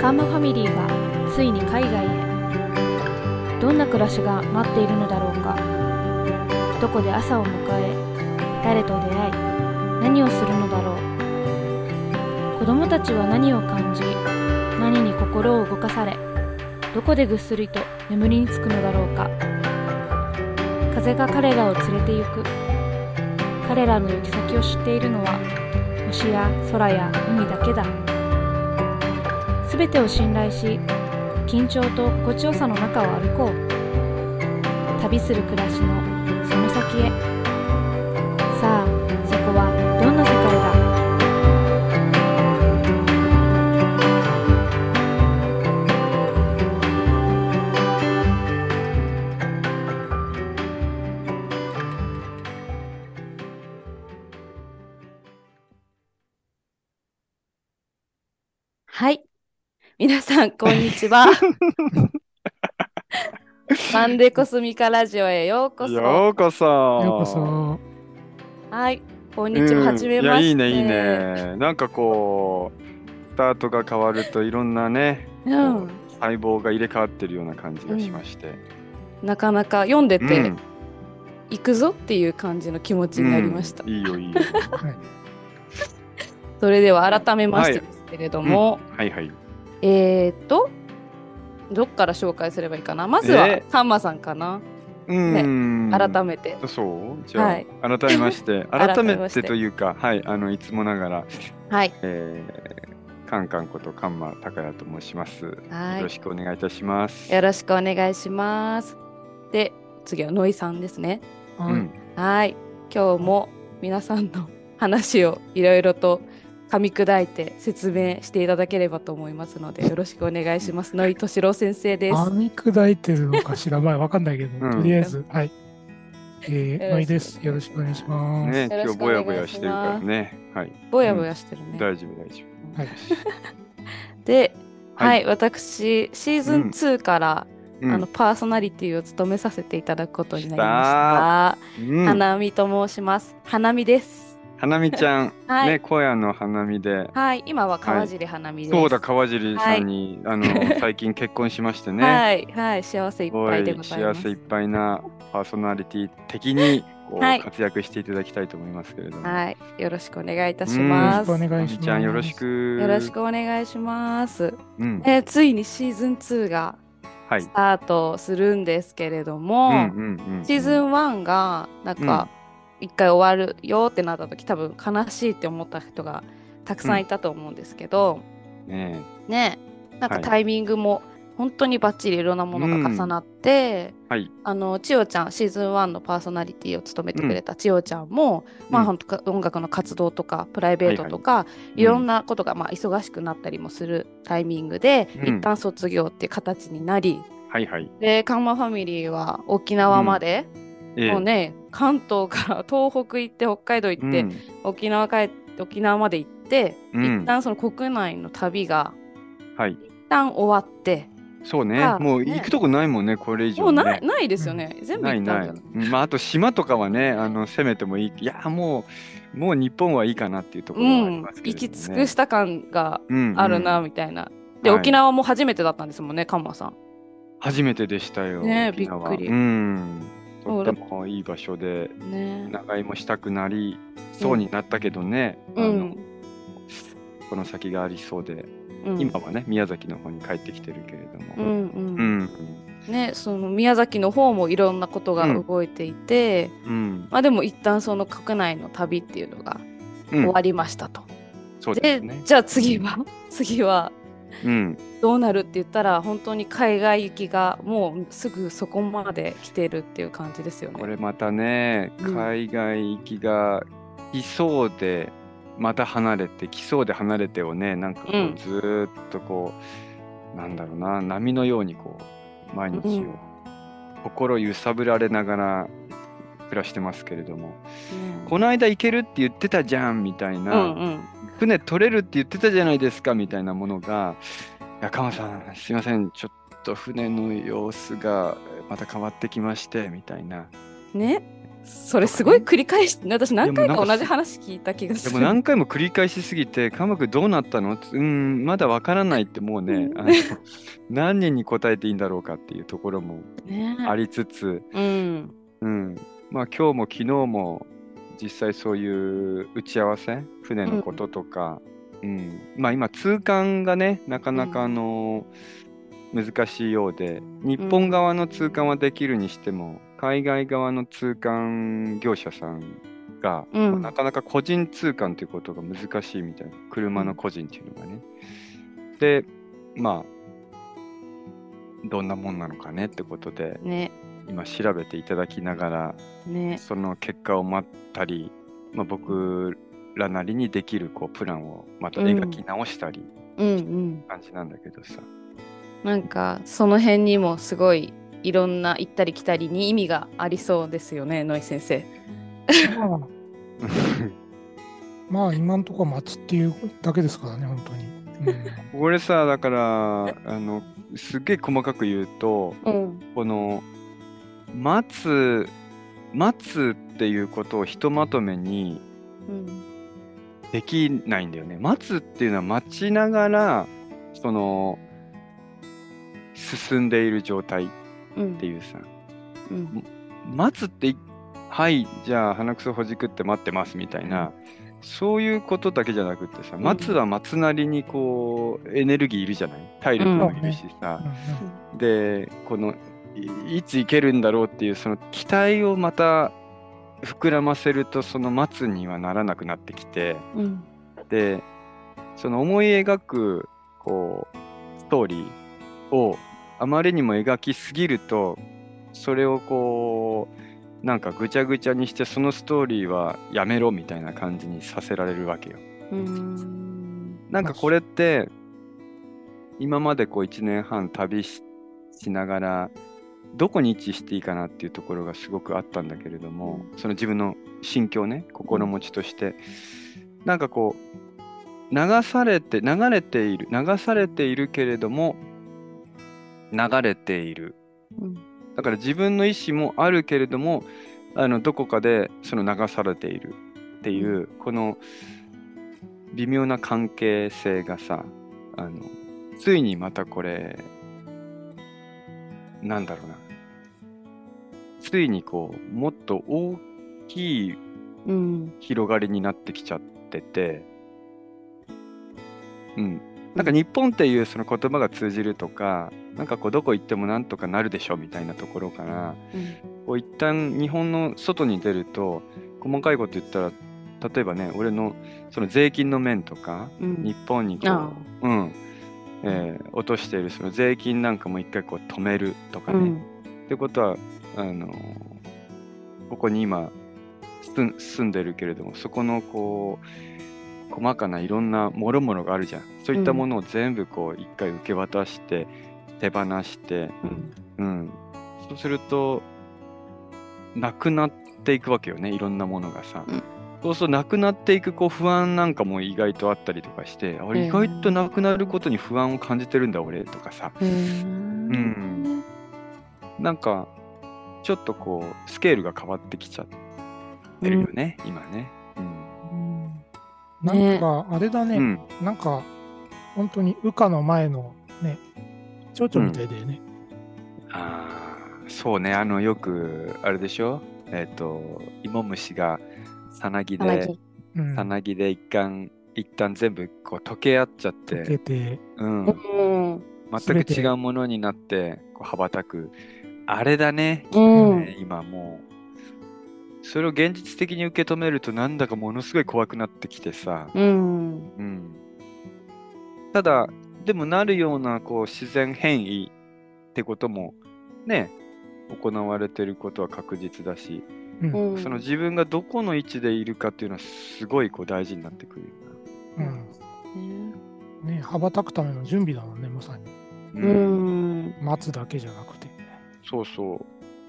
カンマファミリーがついに海外へ。どんな暮らしが待っているのだろうか。どこで朝を迎え、誰と出会い、何をするのだろう。子供たちは何を感じ、何に心を動かされ、どこでぐっすりと眠りにつくのだろうか。風が彼らを連れて行く。彼らの行き先を知っているのは星や空や海だけだ。すべてを信頼し、緊張と心地よさの中を歩こう。旅する暮らしのその先へ。さあ、そこはどんな世界だ。はい。皆さん、こんにちは。マンデコスミカラジオへようこそ。 ようこそ。 ようこそ。 はい。こんにちは。はじめいや、 まして。 いいね、いいね。なんかこう、スタートが変わるといろんなね、こう細胞が入れ替わってるような感じがしまして。 なかなか読んでて、行くぞっていう感じの気持ちになりました。 いいよ、いいよ。 はい、 それでは改めましてですけれども、 はいはい。 どっから紹介すればいいかな。まずはカンマさんかな。ね、改めて。 そうじゃあ、改めまして、改めてというか、はい、いつもながら、 はい。 カンカンことカンマタカヤと申します。よろしくお願いいたします。 よろしくお願いします。で、次はノイさんですね。はい。今日も皆さんの話をいろいろと噛み砕いて説明していただければと思いますので、よろしくお願いします。野井敏郎先生です。 噛み砕いてるのかしら、わかんないけど、とりあえず、はい。野井です。よろしくお願いします。 ね、今日ぼやぼやしてるからね。はい。 ぼやぼやしてるね。 大丈夫、大丈夫。 はい。 で、はい、私、シーズン2から、パーソナリティを務めさせていただくことになりました。花見と申します。花見です。 花見ちゃん、ね、小屋の花見で。 はい、今は川尻花見です。 そうだ、川尻さんに、最近結婚しましてね。 はい、はい、幸せいっぱいでございます。 幸せいっぱいなパーソナリティ的に活躍していただきたいと思いますけれども。 はい、よろしくお願いいたします。 よろしくお願いします。 ちゃん、よろしく。 よろしくお願いします。ついにシーズン2がスタートするんですけれども、シーズン1がなんか、一回終わるよってなった時多分悲しいって思った人がたくさんいたと思うんですけど、なんかタイミングも本当にバッチリいろんなものが重なって、千代ちゃんシーズン1のパーソナリティを務めてくれた千代ちゃんも、本当音楽の活動とかプライベートとか、いろんなことが忙しくなったりもするタイミングで、一旦卒業っていう形になり、でカンマファミリーは沖縄まで、もうね、関東から東北行って北海道行って、沖縄まで行って、一旦その国内の旅が一旦終わって、 そうね、もう行くとこないもんね、これ以上、 もうないですよね、全部行ったんだよ。 あと島とかはね、攻めてもいい。いや、もう日本はいいかなっていうところはありますけどね。 行き尽くした感があるなみたいな。で、沖縄も初めてだったんですもんね、カンマさん。 初めてでしたよ。 ね、びっくり。 とってもいい場所で、長居もしたくなりそうになったけどね、この先がありそうで、今はね、宮崎の方に帰ってきてるけれども。 ね、その宮崎の方もいろんなことが動いていて、でも一旦その国内の旅っていうのが終わりましたと。で、じゃあ次はどうなるって言ったら、本当に海外行きがもうすぐそこまで来てるっていう感じですよね。 これまたね、海外行きが来そうでまた離れて、来そうで離れてをね、なんかこうずっとこう、なんだろうな、波のようにこう毎日を心揺さぶられながら暮らしてますけれども、この間行けるって言ってたじゃんみたいな、船取れるって言ってたじゃないですかみたいなものが、カンマさんすいません、ちょっと船の様子がまた変わってきましてみたいな、 それすごい繰り返し、私何回か同じ話聞いた気がする。 でも何回も繰り返しすぎて、科目どうなったの？まだわからないってもうね、何人に答えていいんだろうかっていうところもありつつ、まあ今日も昨日も実際そういう打ち合わせ、船のこととか、まあ今通関がね、なかなか難しいようで、日本側の通関はできるにしても、海外側の通関業者さんが、なかなか個人通関ということが難しいみたいな、車の個人っていうのがね。で、まあ、どんなもんなのかねってことで、今調べていただきながら、その結果を待ったり、まあ、僕らなりにできるこうプランをまた描き直したり、感じなんだけどさ。 なんかその辺にもすごいいろんな行ったり来たりに意味がありそうですよね、ノイ先生。 まあ今のところ待つっていうだけですからね、本当に。 これさ、だからすっげえ細かく言うと、この待つっていうことをひとまとめにできないんだよね。待つっていうのは待ちながらその進んでいる状態っていうさ、待つってはいじゃあ鼻くそほじくって待ってますみたいな、そういうことだけじゃなくってさ、待つは待つなりにこうエネルギーいるじゃない、体力もいるしさ、でこのいつ行けるんだろうっていうその期待をまた膨らませると、その待つにはならなくなってきて、でその思い描くこうストーリーをあまりにも描きすぎると、それをこうなんかぐちゃぐちゃにして、そのストーリーはやめろみたいな感じにさせられるわけよ。なんかこれって今までこう1年半旅しながらどこに位置していいかなっていうところがすごくあったんだけれども、その自分の心境ね、心持ちとして、なんかこう流されているけれども流れている、だから自分の意思もあるけれどもどこかでその流されているっていう、この微妙な関係性がさ、ついにまたこれなんだろうな、ついにこうもっと大きい広がりになってきちゃってて、なんか日本っていうその言葉が通じるとか、なんかこうどこ行ってもなんとかなるでしょみたいなところから、こう一旦日本の外に出ると細かいこと言ったら、例えばね、俺のその税金の面とか、日本にこう、落としているその税金なんかも一回こう止めるとかね、ってことはここに今住んでるけれども、そこのこう細かないろんなもろもろがあるじゃん。そういったものを全部こう一回受け渡して手放して、そうするとなくなっていくわけよね、いろんなものがさ。そうするとなくなっていくこう不安なんかも意外とあったりとかして、意外となくなることに不安を感じてるんだ俺とかさ、なんかちょっとこうスケールが変わってきちゃってるよね、今ね。 なんかあれだね、なんか本当に羽化の前のね、蝶々みたいだよね。 そうね、よくあれでしょ、芋虫がさなぎで一旦全部こう溶け合っちゃって、全く違うものになってこう羽ばたく、あれだね、今もうそれを現実的に受け止めるとなんだかものすごい怖くなってきてさ、ただでもなるようなこう自然変異ってこともね行われてることは確実だし、その自分がどこの位置でいるかっていうのはすごいこう大事になってくるよな。羽ばたくための準備だもんね、まさに。待つだけじゃなくて。 そうそう。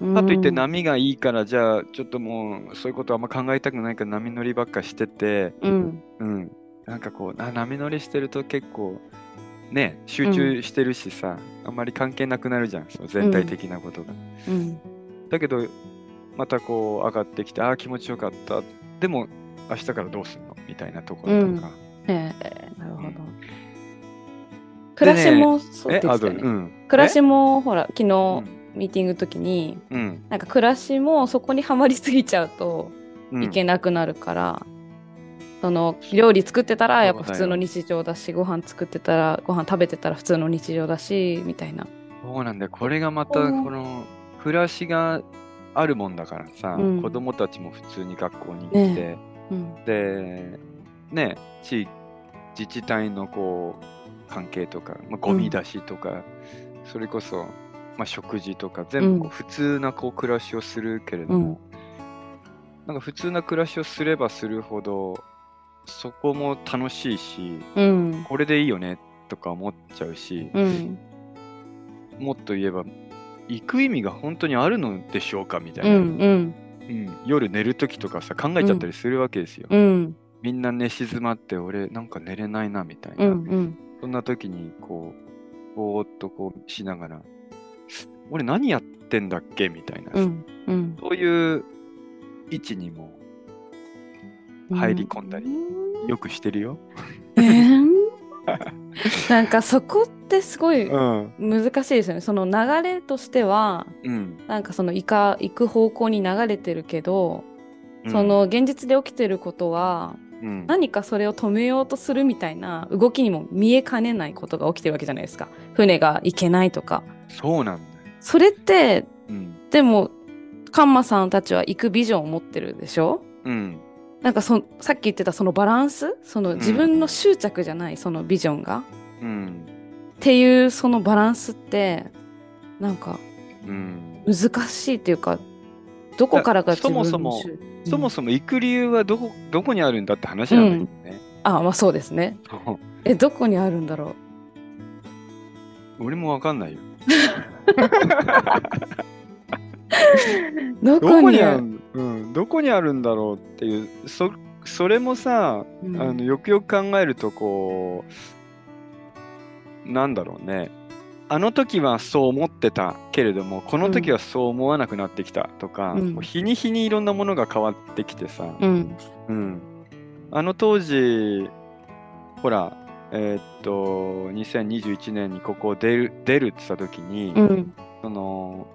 かといって波がいいからじゃあちょっともうそういうことあんま考えたくないから波乗りばっかしてて、なんかこう波乗りしてると結構ね集中してるしさ、あんまり関係なくなるじゃん、その全体的なことが。だけどまたこう上がってきて、ああ気持ちよかった、でも明日からどうするのみたいなところとか。 なるほど。暮らしもそうですよね。暮らしもほら昨日ミーティングの時に、なんか暮らしもそこにはまりすぎちゃうといけなくなるから、その料理作ってたらやっぱ普通の日常だし、ご飯作ってたらご飯食べてたら普通の日常だしみたいな。 そうなんだよ。これがまたこの暮らしがあるもんだからさ、子供たちも普通に学校に行って、でね、自治体のこう関係とか、ゴミ出しとか、それこそ、食事とか全部こう普通なこう暮らしをするけれども、なんか普通な暮らしをすればするほどそこも楽しいし、これでいいよねとか思っちゃうし、もっと言えば行く意味が本当にあるのでしょうかみたいな、夜寝る時とかさ考えちゃったりするわけですよ。みんな寝静まって俺なんか寝れないなみたいな、そんな時にこうぼーっとこうしながら俺何やってんだっけみたいな、そういう位置にも入り込んだりよくしてるよ。 なんかそこってすごい難しいですよね。その流れとしては、なんかその行く方向に流れてるけど、その現実で起きてることは、何かそれを止めようとするみたいな動きにも見えかねないことが起きてるわけじゃないですか。船が行けないとか。 そうなんだよ。 それって、でもカンマさんたちは行くビジョンを持ってるでしょ。なんかさっき言ってたそのバランス、その自分の執着じゃないそのビジョンが、っていうそのバランスってなんか難しいっていうか、どこからが自分のそもそも行く理由はどこにあるんだって話なんだよね。 そうですね。どこにあるんだろう。俺もわかんないよ。どこにあるんだろうっていう、それもさ、よくよく考えるとこうなんだろうね、あの時はそう思ってたけれどもこの時はそう思わなくなってきたとか、日に日にいろんなものが変わってきてさ、あの当時ほら2021年にここを出るって言った時に、その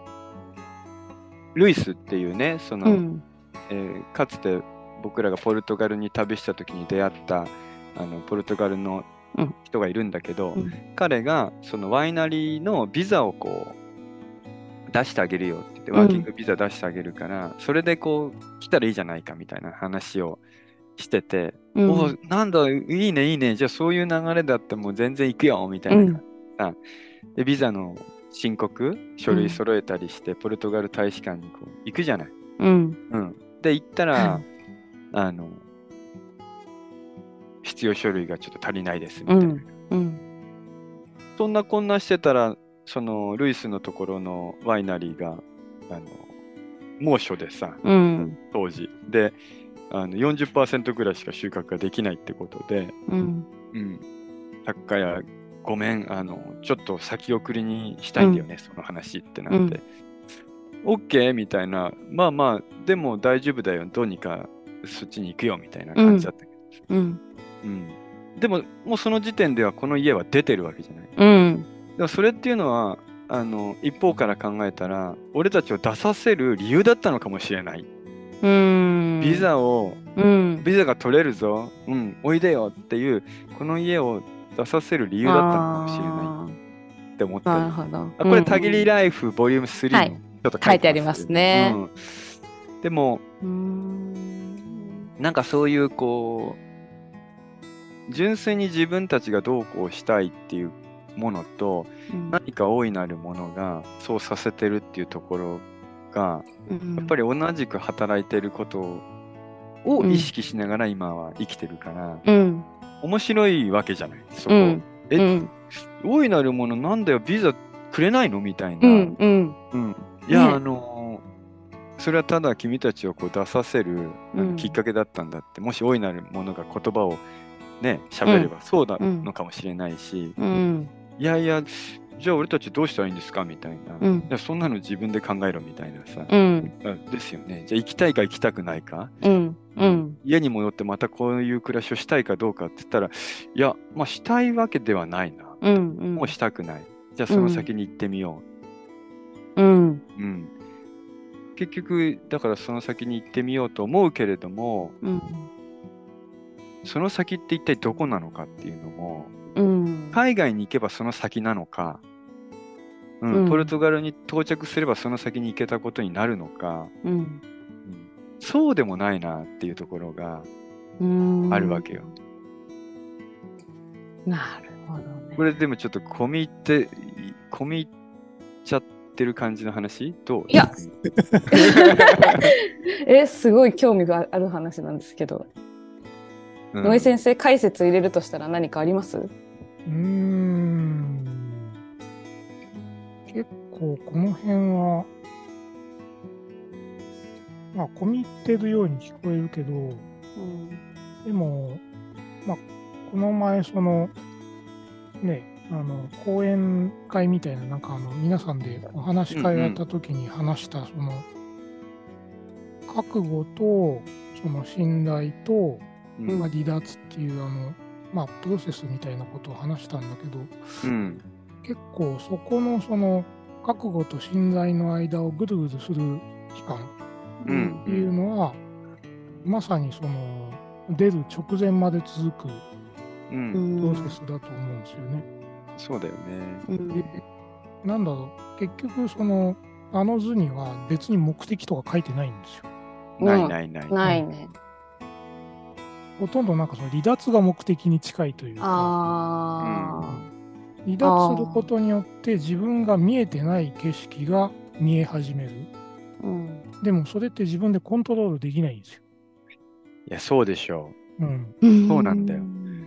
ルイスっていうね、そのかつて僕らがポルトガルに旅した時に出会ったポルトガルの人がいるんだけど、彼がそのワイナリーのビザをこう出してあげるよって言って、ワーキングビザ出してあげるから、それでこう来たらいいじゃないかみたいな話をしてて、なんだいいねいいね、じゃあそういう流れだったらもう全然行くよみたいな、でビザの申告書類揃えたりして、ポルトガル大使館にこう行くじゃない。で行ったら必要書類がちょっと足りないですみたいな、そんなこんなしてたらそのルイスのところのワイナリーが猛暑でさ、当時で40% ぐらいしか収穫ができないってことで、高屋ごめんちょっと先送りにしたいんだよね、その話ってなって、OK みたいな、でも大丈夫だよ、どうにかそっちに行くよみたいな感じだったけど、でももうその時点ではこの家は出てるわけじゃない。でもそれっていうのは一方から考えたら俺たちを出させる理由だったのかもしれない。ビザが取れるぞ、おいでよっていうこの家を出させる理由だったのかもしれないって思ったり。これたぎりライフボリューム3のちょっと書いてありますね。 でもなんかそういうこう純粋に自分たちがどうこうしたいっていうものと、何か大いなるものがそうさせてるっていうところが、やっぱり同じく働いてることを意識しながら今は生きてるから、面白いわけじゃない、そこ。大いなるものなんだよ、ビザくれないのみたいな。いや、それはただ君たちをこう出させるきっかけだったんだって、もし大いなるものが言葉をね、喋ればそうなのかもしれないし、いやいやじゃあ俺たちどうしたらいいんですかみたいな。 うんじゃあそんなの自分で考えろみたいなさ。 うんですよね。じゃあ行きたいか行きたくないか。 うん家に戻ってまたこういう暮らしをしたいかどうかって言ったら、いや、まあしたいわけではないな。もうしたくない。じゃあその先に行ってみよう。うん結局、だからその先に行ってみようと思うけれども、その先って一体どこなのかっていうのも、海外に行けばその先なのか、ポルトガルに到着すればその先に行けたことになるのか、そうでもないなっていうところがあるわけよ。 なるほどね。 これでもちょっと込み入っちゃってる感じの話どう？ いやすごい興味がある話なんですけど、野井先生解説入れるとしたら何かあります？ 結構この辺はまあ込み入ってるように聞こえるけど、でもまあこの前そのね講演会みたいななんか皆さんでお話し会やった時に話したその覚悟とその信頼と離脱っていうプロセスみたいなことを話したんだけど、結構そこのその覚悟と信頼の間をぐるぐるする期間っていうのは、まさにその出る直前まで続くプロセスだと思うんですよね。 そうだよね。 なんだろう、結局その図には別に目的とか書いてないんですよ。 ないね。 ほとんどなんかその離脱が目的に近いというか、離脱することによって自分が見えてない景色が見え始める。でもそれって自分でコントロールできないんですよ。 いや、そうでしょう。そうなんだよ。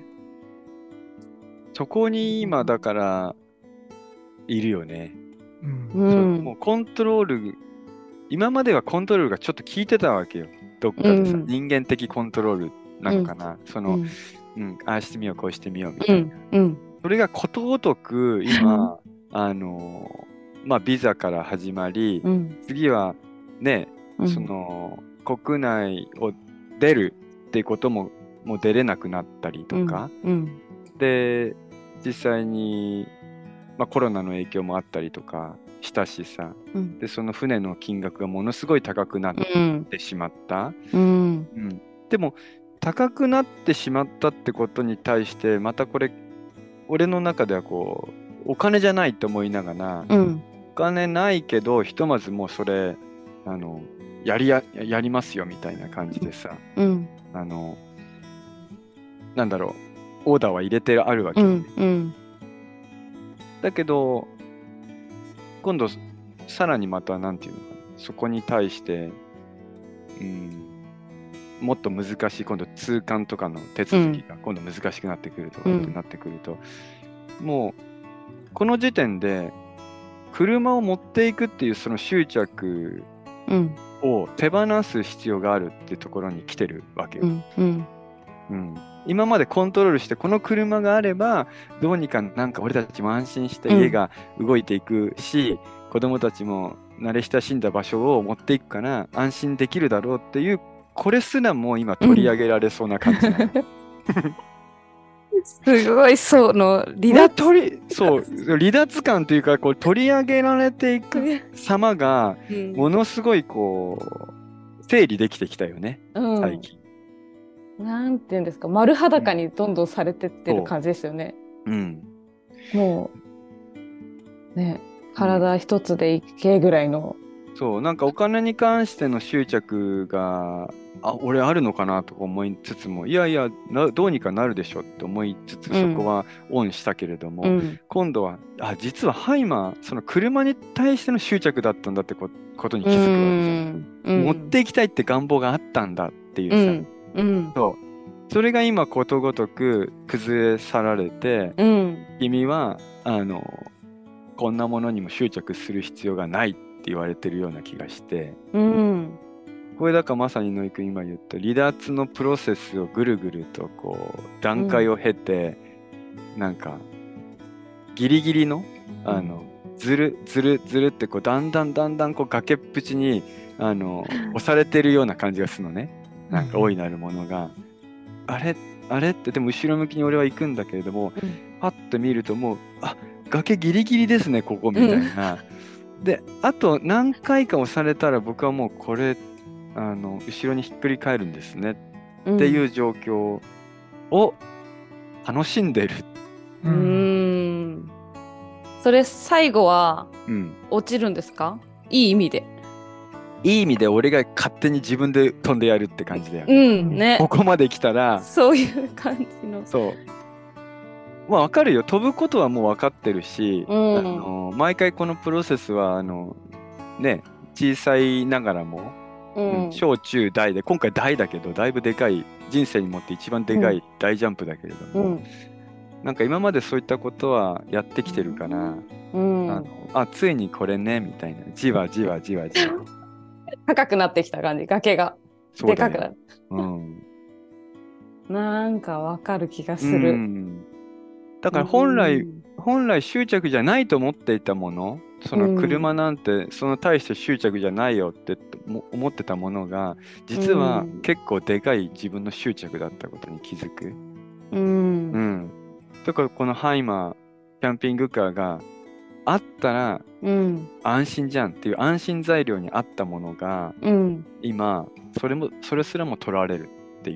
そこに今だからいるよね。もうコントロール、今まではコントロールがちょっと効いてたわけよ。どっかでさ、人間的コントロールなのかな。ああしてみよう、こうしてみようみたいな。それがことごとく今、ビザから始まり、次はね、その国内を出るっていうこともう出れなくなったりとか、で実際に、コロナの影響もあったりとかしたしさ、でその船の金額がものすごい高くなってしまった、でも高くなってしまったってことに対してまたこれ俺の中ではこうお金じゃないと思いながら、お金ないけどひとまずもうそれやりますよみたいな感じでさ、なんだろう、オーダーは入れてあるわけ、だけど今度さらにまたなんていうのかな、そこに対して、もっと難しい今度通関とかの手続きが今度難しくなってくるとかってなってくると、もうこの時点で車を持っていくっていうその執着を手放す必要があるっていうところに来てるわけよ。今までコントロールしてこの車があればどうにかなんか俺たちも安心して家が動いていくし、子供たちも慣れ親しんだ場所を持っていくから安心できるだろうっていう、これすらも今取り上げられそうな感じなの。 すごいその離脱感というかこう取り上げられていく様がものすごいこう整理できてきたよね、最近。 なんていうんですか、丸裸にどんどんされてってる感じですよね。もうね、体一つでいけぐらいの。 そうなんかお金に関しての執着が俺あるのかなとか思いつつも、いやいやどうにかなるでしょって思いつつそこはオンしたけれども、今度は実はハイマーその車に対しての執着だったんだってことに気づくわけじゃん。持っていきたいって願望があったんだっていうさ、それが今ことごとく崩れ去られて、君はこんなものにも執着する必要がないって言われてるような気がして、これだからまさに野井君今言った離脱のプロセスをぐるぐるとこう段階を経て、なんかギリギリのずるってこうだんだんこう崖っぷちに押されてるような感じがするのね。なんか大いなるものが、あれってでも後ろ向きに俺は行くんだけれども、パッと見るともう崖ギリギリですねここみたいな。であと何回か押されたら僕はもうこれ後ろにひっくり返るんですねっていう状況を楽しんでる。 それ最後は落ちるんですか？いい意味で。 いい意味で俺が勝手に自分で飛んでやるって感じだよね。ここまで来たらそういう感じの。 そう。まあ分かるよ。飛ぶことはもう分かってるし、毎回このプロセスはね、小さいながらも、小中大で今回大だけどだいぶでかい、人生にもって一番でかい大ジャンプだけれども、なんか今までそういったことはやってきてるから、ついにこれねみたいな、じわじわ高くなってきた感じ、崖がでかくなる。なんかわかる気がする。 だから本来執着じゃないと思っていたもの、その車なんてその大して執着じゃないよって思ってたものが実は結構でかい自分の執着だったことに気づく。だからこのハイマーキャンピングカーがあったら安心じゃんっていう安心材料にあったものが、今それすらも取られるっていう、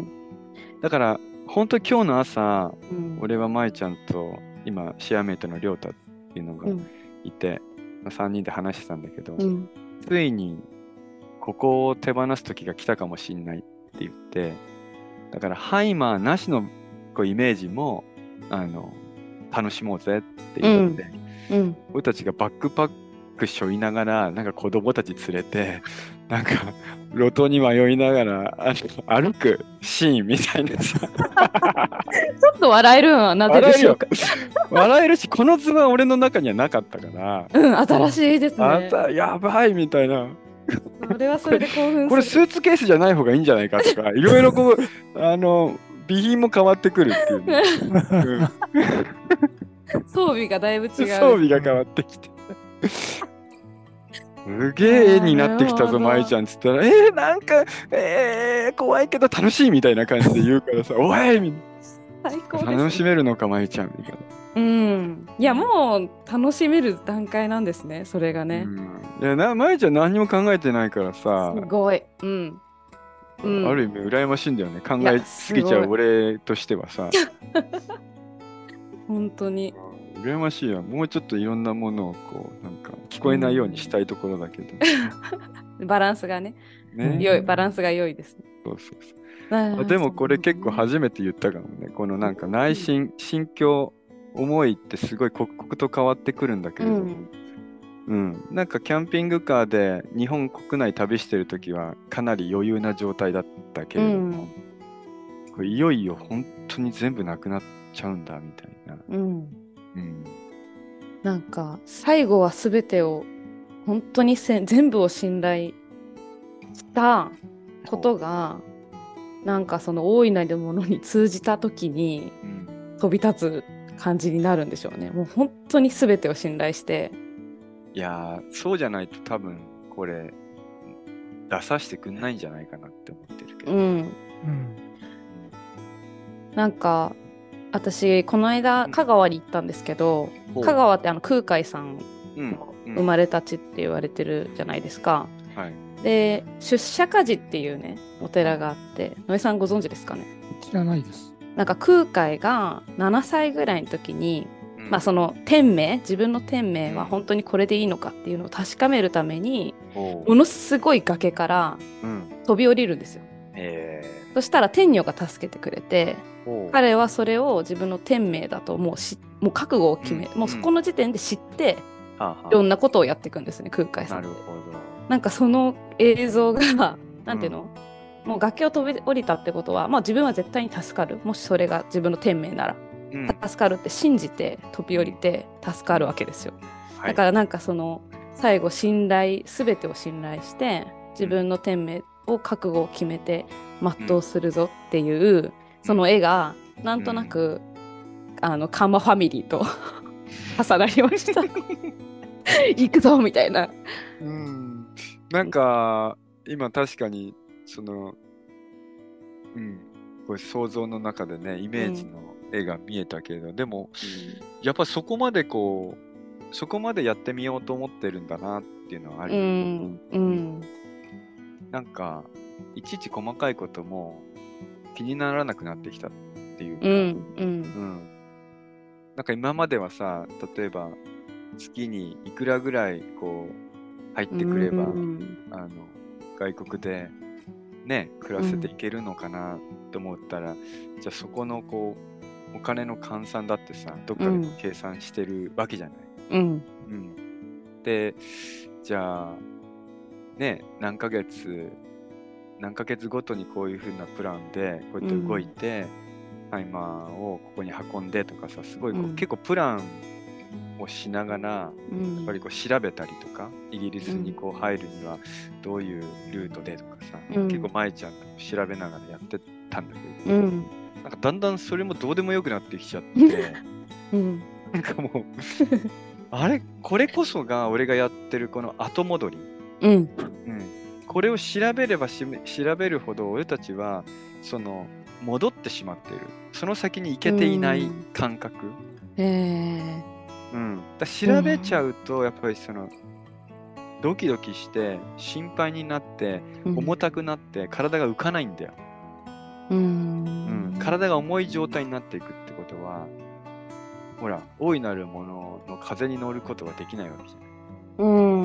だから本当今日の朝、俺は舞ちゃんと今シェアメイトの亮太っていうのがいて、3人で話してたんだけど、ついにここを手放す時が来たかもしんないって言って、だからハイマーなしのこうイメージも楽しもうぜって言って、俺たちがバックパック背負いながらなんか子供たち連れてなんか路頭に迷いながら歩くシーンみたいなさちょっと笑えるのはなぜでしょうか。 笑えるし、この図は俺の中にはなかったから、 新しいですね。 やばいみたいな。 それはそれで興奮する。 これスーツケースじゃない方がいいんじゃないかとか、いろいろこう備品も変わってくるっていう、ね。 装備がだいぶ違う。 装備が変わってきて。すげえ絵になってきたぞ、舞ちゃんっつったら、なんか、怖いけど楽しいみたいな感じで言うからさ、おいみたいな。最高ですね。楽しめるのか、舞ちゃんみたいな。 いや、もう楽しめる段階なんですね、それがね。 いや、舞ちゃん何も考えてないからさ。 すごい。 ある意味羨ましいんだよね、考えすぎちゃう俺としてはさ。 本当に。 羨ましいわ。もうちょっといろんなものをこうなんか聞こえないようにしたいところだけど、 バランスがね、良い、バランスが良いですね。 そうでもこれ結構初めて言ったかもね。このなんか内心、心境、思いってすごい刻々と変わってくるんだけれど、なんかキャンピングカーで日本国内旅してる時はかなり余裕な状態だったけれども、これいよいよ本当に全部なくなっちゃうんだみたいな。 なんか最後は全てを本当に全部を信頼したことがなんかその大いなるものに通じた時に飛び立つ感じになるんでしょうね。もう本当に全てを信頼して。 いやそうじゃないと多分これ出させてくんないんじゃないかなって思ってるけど。 なんか私この間香川に行ったんですけど、香川って空海さんの生まれた地って言われてるじゃないですか。で出社家寺っていうねお寺があって、野江さんご存知ですかね？ 知らないです。 なんか空海が7歳ぐらいの時に、その自分の天命は本当にこれでいいのかっていうのを確かめるために、ものすごい崖から飛び降りるんですよ。そしたら天女が助けてくれて、彼はそれを自分の天命だともう覚悟を決め、もうそこの時点で知っていろんなことをやっていくんですね、空海さんって。なんかその映像がなんていうの、もう崖を飛び降りたってことは、自分は絶対に助かる、もしそれが自分の天命なら、助かるって信じて飛び降りて助かるわけですよ。だからなんかその最後全てを信頼して自分の天命を覚悟を決めて全うするぞっていう、その絵がなんとなくカンマファミリーと重なりました行くぞみたいな。 なんか今確かにそのこれ想像の中でねイメージの絵が見えたけれど、でもやっぱそこまでやってみようと思ってるんだなっていうのはある。なんかいちいち細かいことも気にならなくなってきたっていうか、なんか今まではさ、例えば月にいくらぐらいこう入ってくれば、外国でね暮らせていけるのかなと思ったら、じゃあそこのこうお金の換算だってさ、どっかで計算してるわけじゃない。で、じゃあね何ヶ月ごとにこういう風なプランでこうやって動いて、タイマーをここに運んでとかさ、すごい結構プランをしながら、やっぱりこう調べたりとか、イギリスにこう入るにはどういうルートでとかさ、結構舞ちゃんと調べながらやってたんだけど、なんかだんだんそれもどうでもよくなってきちゃって、なんかもうあれこれこそが俺がやってるこの後戻り、これを調べれば調べるほど俺たちはその戻ってしまっている、その先に行けていない感覚、だ調べちゃうとやっぱりそのドキドキして心配になって重たくなって体が浮かないんだよ。体が重い状態になっていくってことは、ほら大いなるものの風に乗ることができないわけじゃない。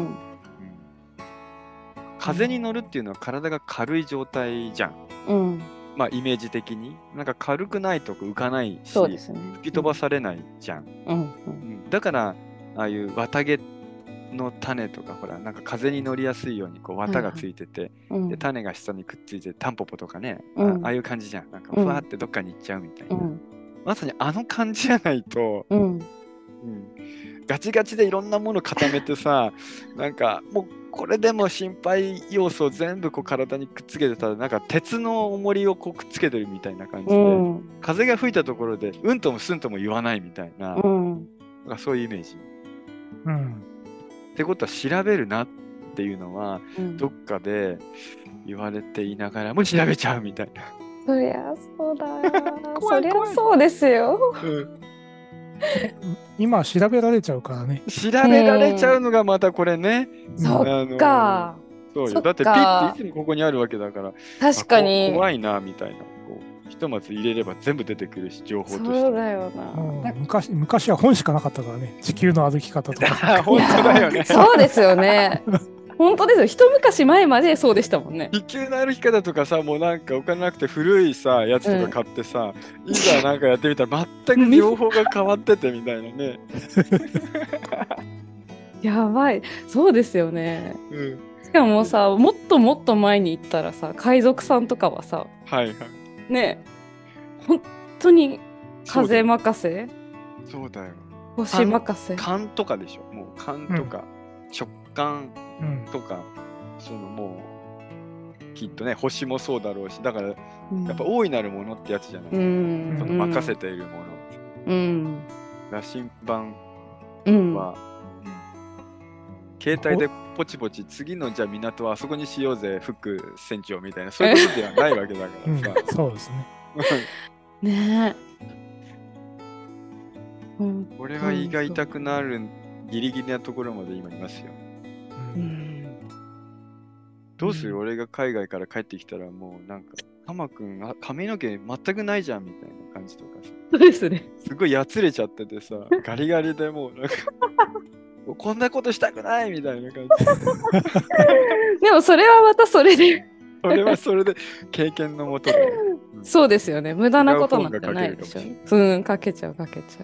風に乗るっていうのは体が軽い状態じゃん。まあイメージ的になんか軽くないと浮かないし、吹き飛ばされないじゃん。だからああいう綿毛の種とか、ほらなんか風に乗りやすいようにこう綿がついてて、で種が下にくっついてタンポポとかね、ああいう感じじゃん。なんかふわってどっかに行っちゃうみたいな、まさにあの感じじゃないと、ガチガチでいろんなもの固めてさ、なんかもうこれでも心配要素を全部こう体にくっつけてたら、なんか鉄の重りをこうくっつけてるみたいな感じで、風が吹いたところでうんともすんとも言わないみたいな、なんかそういうイメージ。ってことは調べるなっていうのは、どっかで言われていながらも調べちゃうみたいな。 そりゃそうだそりゃそうですよ。 今調べられちゃうからね。 調べられちゃうのがまたこれね。 そっか。 そうよ。だってピッていつもここにあるわけだから。 確かに。 怖いなみたいな。ひとまず入れれば全部出てくるし、情報として。 そうだよな。 昔は本しかなかったからね。地球の歩き方とか。 本当だよね。 そうですよね。本当ですよ。一昔前までそうでしたもんね。 地球の歩き方とかさ、もうなんかお金なくて古いさやつとか買ってさ、いざなんかやってみたら全く情報が変わっててみたいなね。 やばい。そうですよね。しかもさ、もっともっと前に行ったらさ、海賊さんとかはさ、ね、本当に風任せ。 そうだよ。 星任せ。 勘とかでしょ。もう勘とか直感とか、そのもうきっとね星もそうだろうし、だからやっぱ大いなるものってやつじゃない。その任せているもの。羅針盤は、携帯でポチポチ次のじゃあ港はあそこにしようぜ副船長みたいな、そういうことではないわけだからさ。 そうですね。 ねえ。 これは胃が痛くなるギリギリなところまで今いますよ。どうする？俺が海外から帰ってきたらもうなんかハマくん髪の毛全くないじゃんみたいな感じとかさ。 そうですね。 すごいやつれちゃっててさ、ガリガリでもうなんかこんなことしたくないみたいな感じ。 でもそれはまたそれでそれはそれで経験のもとで、 そうですよね。無駄なことなんてないでしょ。かけちゃう。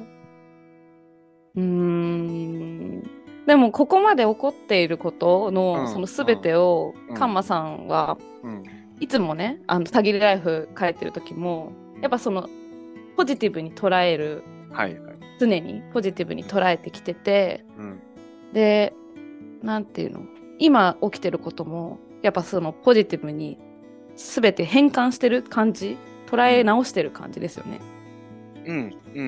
でもここまで起こっていることのその全てをカンマさんはいつもね、たぎりライフ書いてる時もやっぱそのポジティブに捉える、常にポジティブに捉えてきてて、でなんていうの、今起きてることもやっぱそのポジティブに全て変換してる感じ、捉え直してる感じですよね。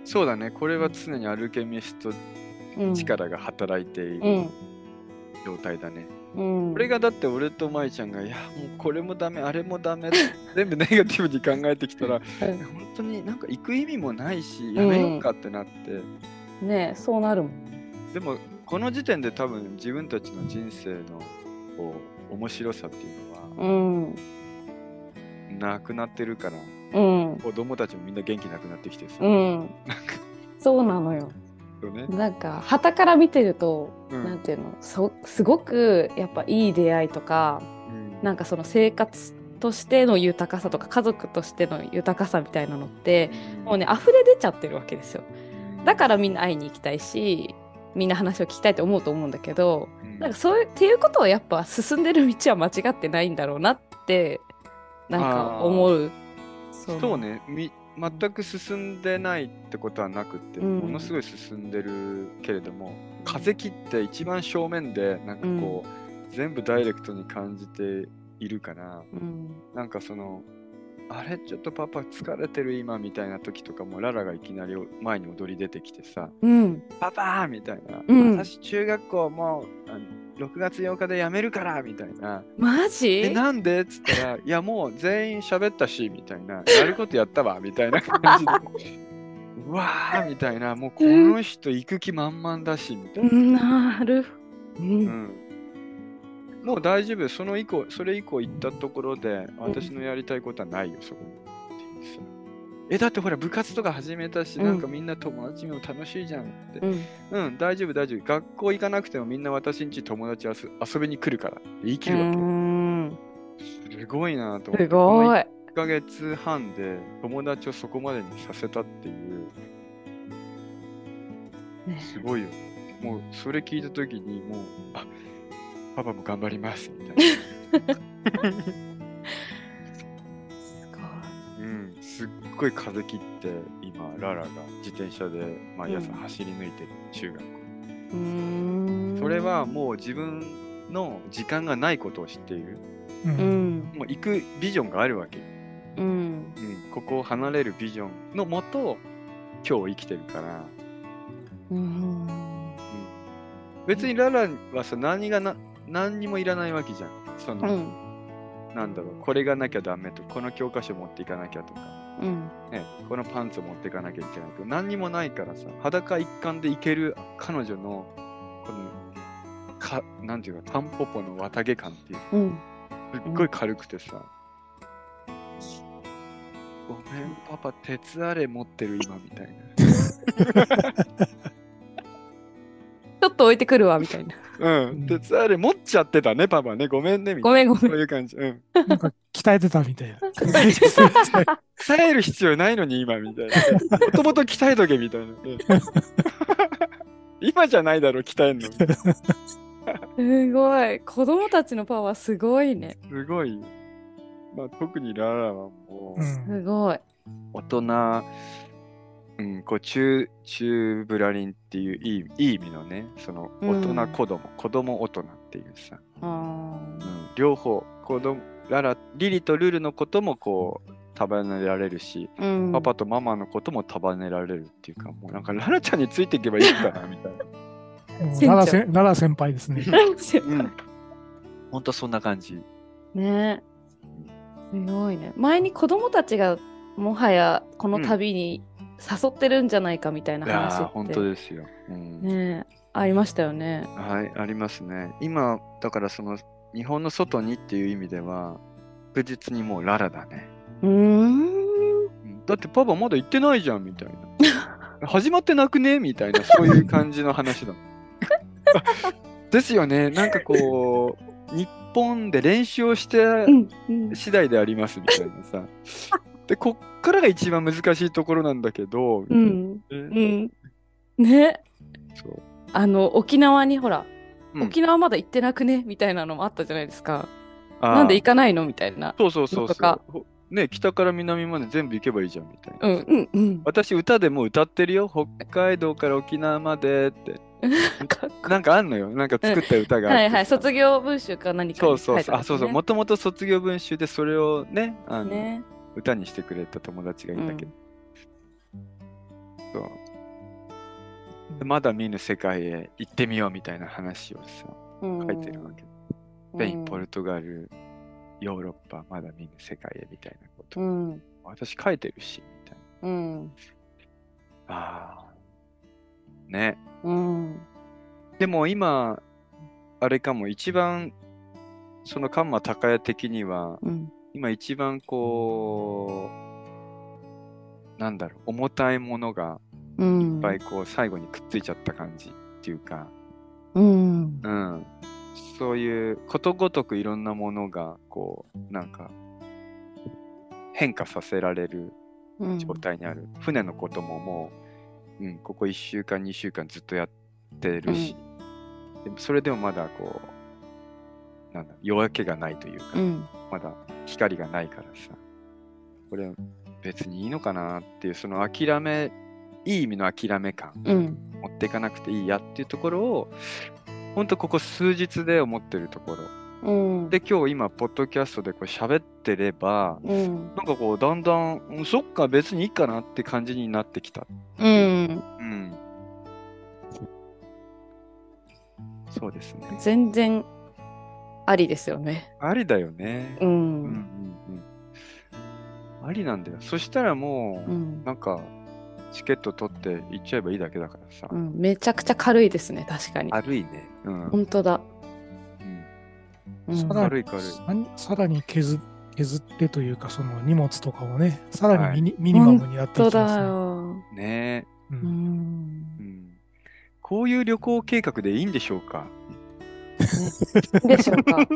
そうだね、これは常にアルケミスト力が働いている状態だね。これがだって俺と舞ちゃんが、いやもうこれもダメあれもダメ全部ネガティブに考えてきたら、本当になんか行く意味もないし、やめようかってなって。 ねえ、そうなるもん。 でもこの時点で多分自分たちの人生のこう面白さっていうのは、なくなってるから、子供たちもみんな元気なくなってきてさ、 そうなのよ。 ね、 なんか傍から見てると、なんていうの、すごくやっぱいい出会いとか、なんかその生活としての豊かさとか家族としての豊かさみたいなのって、もうね溢れ出ちゃってるわけですよ。だからみんな会いに行きたいし、みんな話を聞きたいと思うと思うんだけど、なんかそういうっていうことはやっぱ進んでる道は間違ってないんだろうなってなんか思う。 そうね、全く進んでないってことはなくて、ものすごい進んでるけれども、風切って一番正面でなんかこう、全部ダイレクトに感じているから、なんかそのあれちょっとパパ疲れてる今みたいな時とかもララがいきなり前に踊り出てきてさ、パパみたいな、私中学校もう6月8日で辞めるからみたいな。 マジ？ なんでっつったら、いやもう全員喋ったしみたいな、やることやったわみたいな感じでうわーみたいな、もうこの人行く気満々だしみたいな。 なるもう大丈夫、それ以降行ったところで私のやりたいことはないよ、そこに。だってほら部活とか始めたし、なんかみんな友達も楽しいじゃんって。大丈夫大丈夫、学校行かなくてもみんな私んち友達遊びに来るからって言い切るわけ。すごいなと思って。 すごい。 1ヶ月半で友達をそこまでにさせたっていう、すごいよ。もうそれ聞いた時にもうパパも頑張りますみたいな。すっごい風切って今ララが自転車で毎朝走り抜いてる中学校。それはもう自分の時間がないことを知っている。もう行くビジョンがあるわけ。ここを離れるビジョンのもと今日生きてるから。別にララはさ、何にもいらないわけじゃん。その、なんだろう、これがなきゃダメとか、この教科書持っていかなきゃとか、このパンツを持っていかなきゃいけないとか、何にもないからさ、裸一貫でいける彼女のこのなんていうか、タンポポの綿毛感っていう、すっごい軽くてさ、ごめんパパ鉄あれ持ってる今みたいな。 ちょっと置いてくるわみたいな。 鉄あれ持っちゃってたねパパね、ごめんねみたいな。そういう感じ。 なんか鍛えてたみたいな。 鍛える必要ないのに今みたいな。もともと鍛えとけみたいな。今じゃないだろ鍛えんの。 すごい。子供たちのパワーすごいね。 すごい。特にララはもう、 すごい。 大人、こう中ブラリンっていういい意味のね、その大人子供大人っていうさ、両方リリとルルのこともこう束ねられるし、パパとママのことも束ねられるっていうか、もうなんかララちゃんについていけばいいかなみたいな。 ララ先輩ですね。 ほんとそんな感じ。 ね、すごいね。前に子供たちがもはやこの旅に誘ってるんじゃないかみたいな話って、 本当ですよ。 ね、ありましたよね。 はい、ありますね。今だからその日本の外にっていう意味では確実にもうララだね。だってパパまだ行ってないじゃんみたいな。始まってなくねみたいな、そういう感じの話だ。ですよね。なんかこう日本で練習をして次第でありますみたいなさ。でこっからが一番難しいところなんだけど、 ね。沖縄にほら、沖縄まだ行ってなくねみたいなのもあったじゃないですか。なんで行かないのみたいな。 そうね、北から南まで全部行けばいいじゃんみたいな。私歌でも歌ってるよ、北海道から沖縄までって。なんかあんのよ、なんか作った歌がはいはい、卒業文集か何かに書いてある、 そうもともと卒業文集でそれをね歌にしてくれた友達がいたけど、 そう。まだ見ぬ世界へ行ってみようみたいな話をさ、書いてるわけ。スペイン、ポルトガル、ヨーロッパ、まだ見ぬ世界へみたいなこと。私書いてるし、みたいな。ああ。ね。でも今、あれかも、一番、そのカンマ高屋的には、今一番こう、なんだろう、重たいものがいっぱいこう最後にくっついちゃった感じっていうか、そういうことごとくいろんなものがこうなんか変化させられる状態にある。船のことももう、ここ1週間2週間ずっとやってるし、でもそれでもまだこうなんだ夜明けがないというか、まだ光がないからさ、これ別にいいのかなっていう、その諦め、いい意味の諦め感、持っていかなくていいやっていうところをほんとここ数日で思ってるところ、で今日今ポッドキャストでこう喋ってれば、なんかこうだんだんそっか別にいいかなって感じになってきた。そうですね。 全然ありですよね。 ありだよね。ありなんだよ。そしたらもう、なんかチケット取って行っちゃえばいいだけだからさ。 めちゃくちゃ軽いですね、確かに。 軽いね。 本当だ。 軽い。 さらに削ってというか、その荷物とかをね、さらにミニマムにやっていきますね。 本当だよ。 ね。こういう旅行計画でいいんでしょうか。 いいんでしょうか。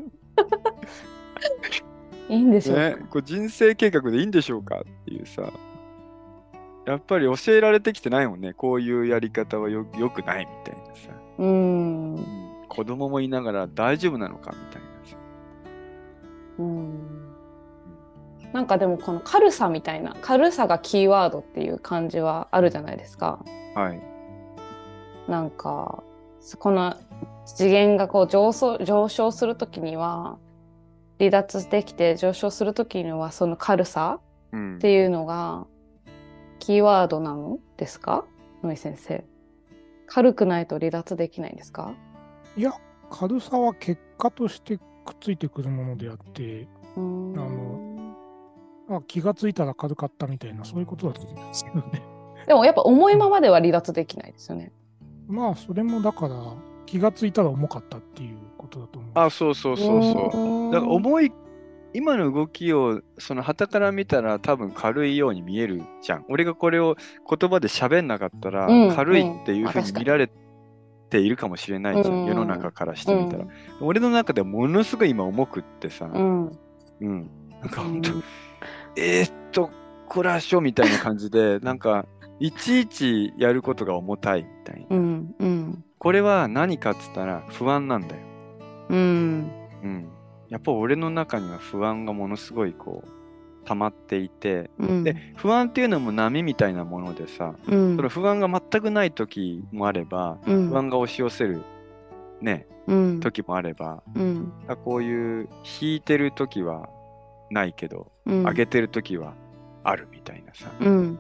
いいんでしょうか。 ね、こう人生計画でいいんでしょうかっていうさ。やっぱり教えられてきてないもんね。こういうやり方はよくないみたいなさ。子供もいながら大丈夫なのかみたいなさ。なんかでもこの軽さみたいな、軽さがキーワードっていう感じはあるじゃないですか。 はい。 なんかこの次元がこう上昇するときには、離脱できて上昇するときにはその軽さっていうのがキーワードなのですか、野井先生。軽くないと離脱できないんですか？ いや、軽さは結果としてくっついてくるものであって、気がついたら軽かったみたいな、そういうことだと思うんですけどね。 でもやっぱ重いままでは離脱できないですよね。 まあそれもだから気がついたら重かったっていうことだと思う。 そう。だから今の動きをその傍から見たら多分軽いように見えるじゃん。俺がこれを言葉で喋んなかったら軽いっていうふうに見られているかもしれないじゃん、世の中からしてみたら。俺の中ではものすごい今重くってさ、なんか本当こらしょみたいな感じで、なんかいちいちやることが重たいみたいな。これは何かっつったら不安なんだよ。やっぱ俺の中には不安がものすごいこう溜まっていて、で不安っていうのも波みたいなものでさ、その不安が全くない時もあれば、不安が押し寄せるね、時もあれば、こういう引いてる時はないけど、上げてる時はあるみたいなさ、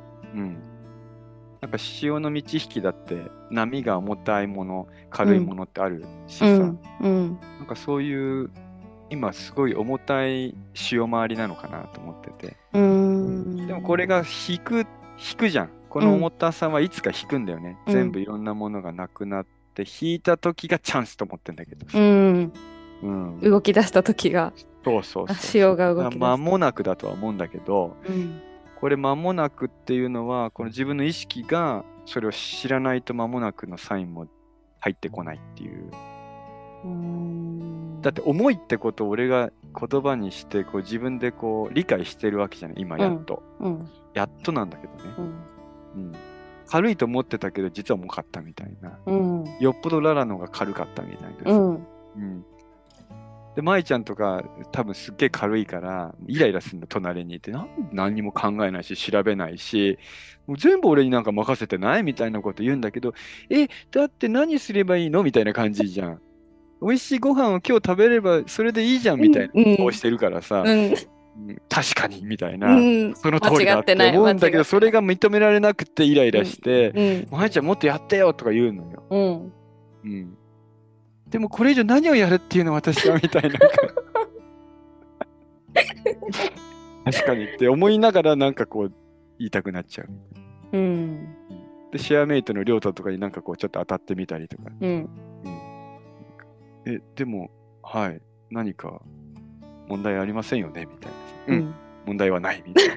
なんか潮の満ち引きだって波が重たいもの軽いものってあるしさ、なんかそういう今すごい重たい潮回りなのかなと思ってて、でもこれが引くじゃん。この重たさはいつか引くんだよね。全部いろんなものがなくなって引いた時がチャンスと思ってんだけどさ、 動き出した時が、潮が動き出す。 間もなくだとは思うんだけど、これ間もなくっていうのはこの自分の意識がそれを知らないと間もなくのサインも入ってこないっていう。だって重いってことを俺が言葉にしてこう自分でこう理解してるわけじゃない今やっと、やっとなんだけどね、軽いと思ってたけど実は重かったみたいな、よっぽどララのが軽かったみたいな、で舞ちゃんとか多分すっげえ軽いからイライラするの隣にいて、何にも考えないし調べないし、もう全部俺になんか任せてないみたいなこと言うんだけど、だって何すればいいのみたいな感じじゃん。美味しいご飯を今日食べればそれでいいじゃんみたいな顔してるからさ、 確かにみたいな、その通りだって思うんだけど、それが認められなくてイライラして、お前ちゃんもっとやってよとか言うのよ。でもこれ以上何をやるっていうの私はみたいな。確かにって思いながらなんかこう言いたくなっちゃう。でシェアメイトの亮太とかになんかこうちょっと当たってみたりとか。でもはい何か問題ありませんよねみたいな。問題はないみたいな。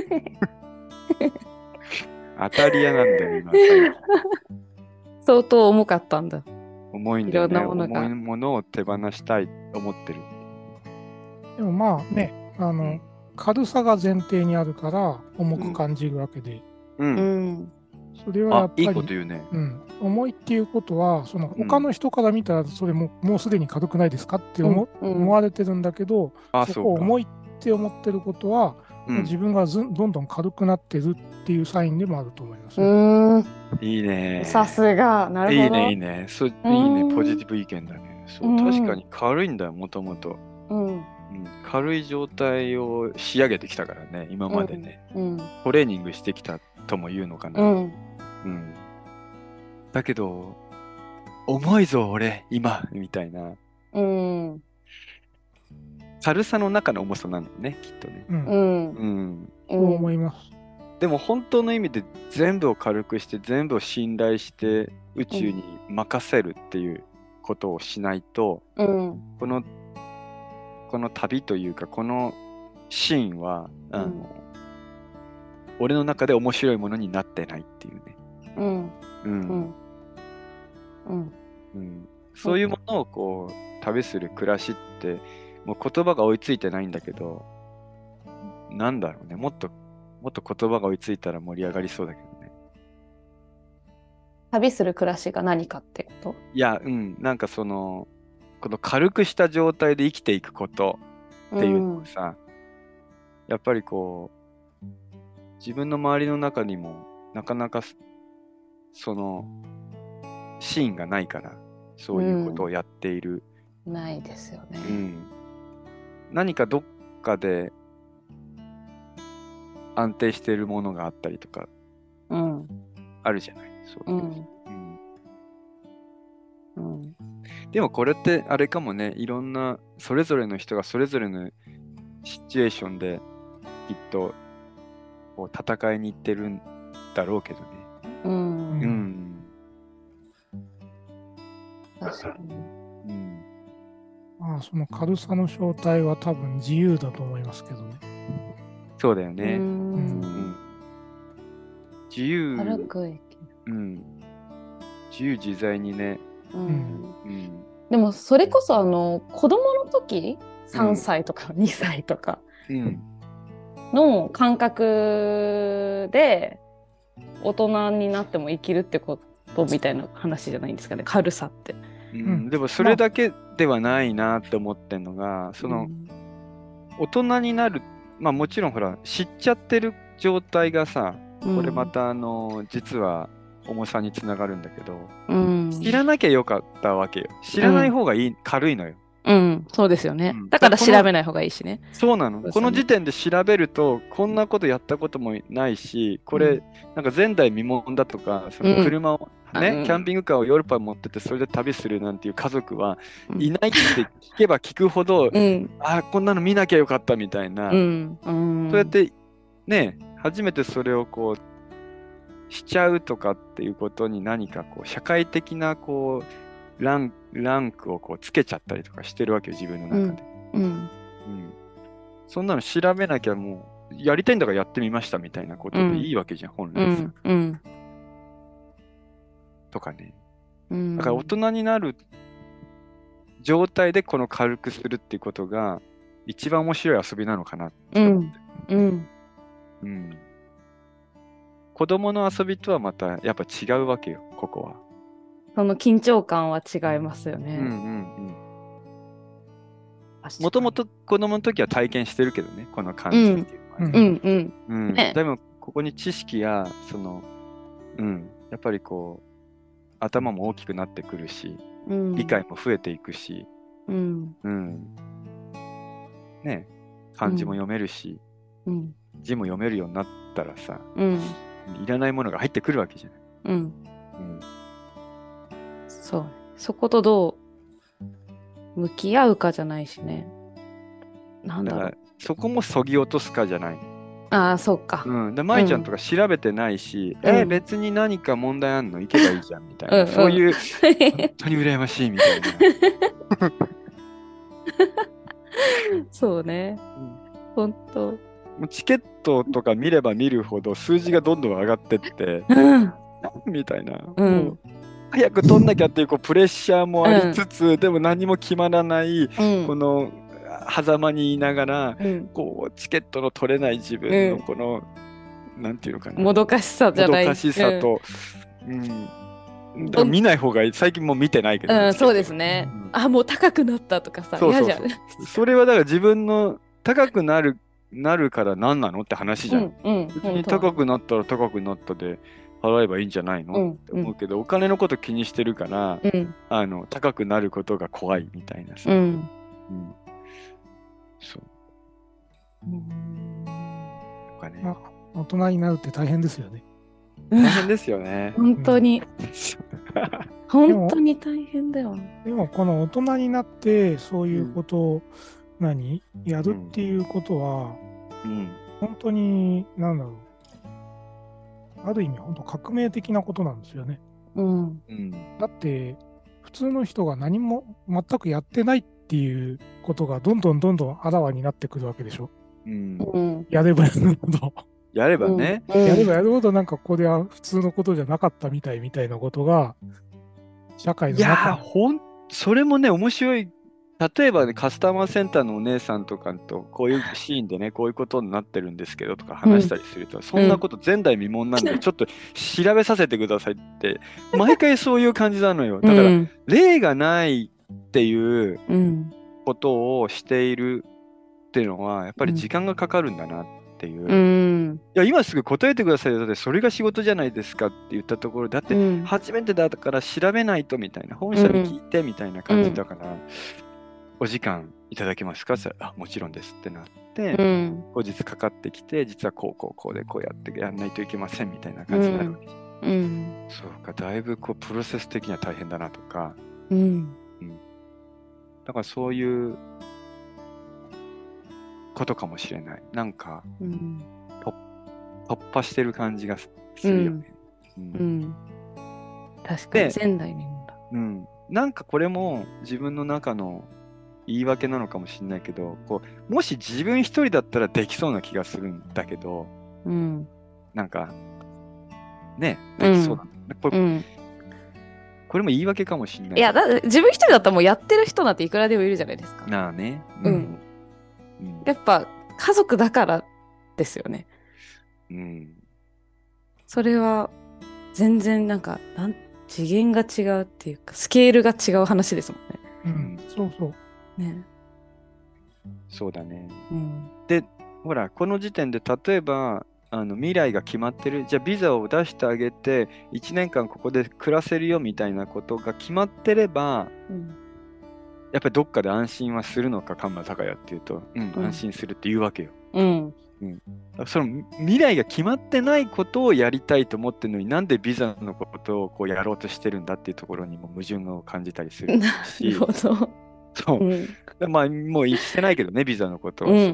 当たり屋なんだよ今。 相当重かったんだ。 重いんだよね。重いものを手放したいと思ってる。 でもまあね、軽さが前提にあるから重く感じるわけで。それはやっぱりいいこと言うね。 重いっていうことは、その他の人から見たらそれもうすでに軽くないですかって思われてるんだけど、そこを重いって思ってることは、自分がどんどん軽くなってるっていうサインでもあると思います。 いいね。 さすが、なるほど。 いいね。いいね。ポジティブ意見だね。確かに軽いんだよ、もともと。軽い状態を仕上げてきたからね、今までね。トレーニングしてきたとも言うのかな。だけど、重いぞ、俺、今、みたいな。軽さの中の重さなんだよね、きっとね。 そう思います。 でも本当の意味で全部を軽くして全部を信頼して宇宙に任せるっていうことをしないと、この旅というかこのシーンは俺の中で面白いものになってないっていうね。そういうものをこう旅する暮らしってもう言葉が追いついてないんだけど、なんだろうね、もっと言葉が追いついたら盛り上がりそうだけどね。 旅する暮らしが何かってこと？ いや、なんかこの軽くした状態で生きていくことっていうのはさ、やっぱりこう自分の周りの中にもなかなかそのシーンがないから、そういうことをやっている。 ないですよね。 何かどっかで安定しているものがあったりとか、あるじゃない。でもこれってあれかもね、いろんなそれぞれの人がそれぞれのシチュエーションできっとこう戦いに行ってるんだろうけどね。 確かに。 その軽さの正体は多分自由だと思いますけどね。 そうだよね。自由。 軽く生きる。 自由自在にね。 でもそれこそ子供の時3歳とか2歳とかの感覚で大人になっても生きるってことみたいな話じゃないんですかね、軽さって。 でもそれだけではないなって思ってんのが、その大人になる、もちろんほら知っちゃってる状態がさ、これまた実は重さにつながるんだけど、知らなきゃよかったわけよ。知らない方がいい、軽いのよ。 そうですよね。だから調べない方がいいしね。 そうなの。この時点で調べるとこんなことやったこともないし、これなんか前代未聞だとか、その車をね、キャンピングカーをヨーロッパに持ってってそれで旅するなんていう家族はいないって聞けば聞くほど、こんなの見なきゃよかったみたいな、そうやってね、初めてそれをこうしちゃうとかっていうことに何かこう社会的なこうランクをこうつけちゃったりとかしてるわけよ、自分の中で。そんなの調べなきゃもうやりたいんだからやってみましたみたいなことでいいわけじゃん、本来さ。とかね。だから大人になる状態でこの軽くするっていうことが一番面白い遊びなのかなって思って。子供の遊びとはまたやっぱ違うわけよ、ここは。 その緊張感は違いますよね。 もともと子供の時は体験してるけどね、この感じっていうのは。でもここに知識やそのやっぱりこう頭も大きくなってくるし、理解も増えていくし、ね、 漢字も読めるし、字も読めるようになったらさ、いらないものが入ってくるわけじゃない。 そう。そことどう向き合うかじゃないしね。なんだろう。 だからそこもそぎ落とすかじゃない。 ああ、そうか。 舞ちゃんとか調べてないし、別に何か問題あんの行けばいいじゃんみたいな、そういう本当に羨ましいみたいな。 そうね。本当。 もうチケットとか見れば見るほど数字がどんどん上がってって、みたいな。もう早く取んなきゃっていう、プレッシャーもありつつ、でも何も決まらない、この狭間にいながら、チケットの取れない自分のこの、なんていうのかな、 もどかしさじゃない、 もどかしさと、だから見ない方がいい。最近もう見てないけど、 そうですね。もう高くなったとかさ、嫌じゃん。 それはだから自分の高くなるから何なのって話じゃん。別に高くなったら高くなったで払えばいいんじゃないのって思うけど、お金のこと気にしてるから、高くなることが怖いみたいなさ。そう。とかね。 大人になるって大変ですよね。 大変ですよね。 本当に。本当に大変だよ。 でもこの大人になってそういうことをやるっていうことは、本当になんだろう。ある意味本当革命的なことなんですよね。だって普通の人が何も全くやってないっていうことがどんどんあらわになってくるわけでしょ。やればやるほど。 やればね。 やればやるほどこれは普通のことじゃなかったみたいなことが社会の中。 それもね面白い。例えばね、カスタマーセンターのお姉さんとかとこういうシーンでねこういうことになってるんですけどとか話したりすると、そんなこと前代未聞なんでちょっと調べさせてくださいって毎回そういう感じなのよ。だから、例がないっていうことをしているっていうのはやっぱり時間がかかるんだなっていう、いや今すぐ答えてくださいよ、だってそれが仕事じゃないですかって言ったところだって、初めてだから調べないとみたいな、本社に聞いてみたいな感じだから、お時間いただけますかって言ったら、もちろんですってなって、後日かかってきて、実はこうでこうやってやんないといけませんみたいな感じになるわけです。そうか、だいぶプロセス的には大変だなとか、だからそういうことかもしれない。なんか、突破してる感じがするよね。 確かに前代未聞だ。 なんかこれも自分の中の言い訳なのかもしれないけど、もし自分一人だったらできそうな気がするんだけど、なんかね、できそうだ、これも言い訳かもしれない。 いや、自分一人だったらもうやってる人なんていくらでもいるじゃないですか。 なあね。 やっぱ家族だからですよね。それは全然次元が違うっていうかスケールが違う話ですもんね。 そうそう。 そうだね。で、ほらこの時点で例えば未来が決まってる、じゃあビザを出してあげて1年間ここで暮らせるよみたいなことが決まってれば、やっぱりどっかで安心はするのか、神間孝也っていうと、安心するって言うわけよ。その未来が決まってないことをやりたいと思ってるのに、なんでビザのことをやろうとしてるんだっていうところにも矛盾を感じたりするし。 なるほど。 そう。まあもうしてないけどね、ビザのことを。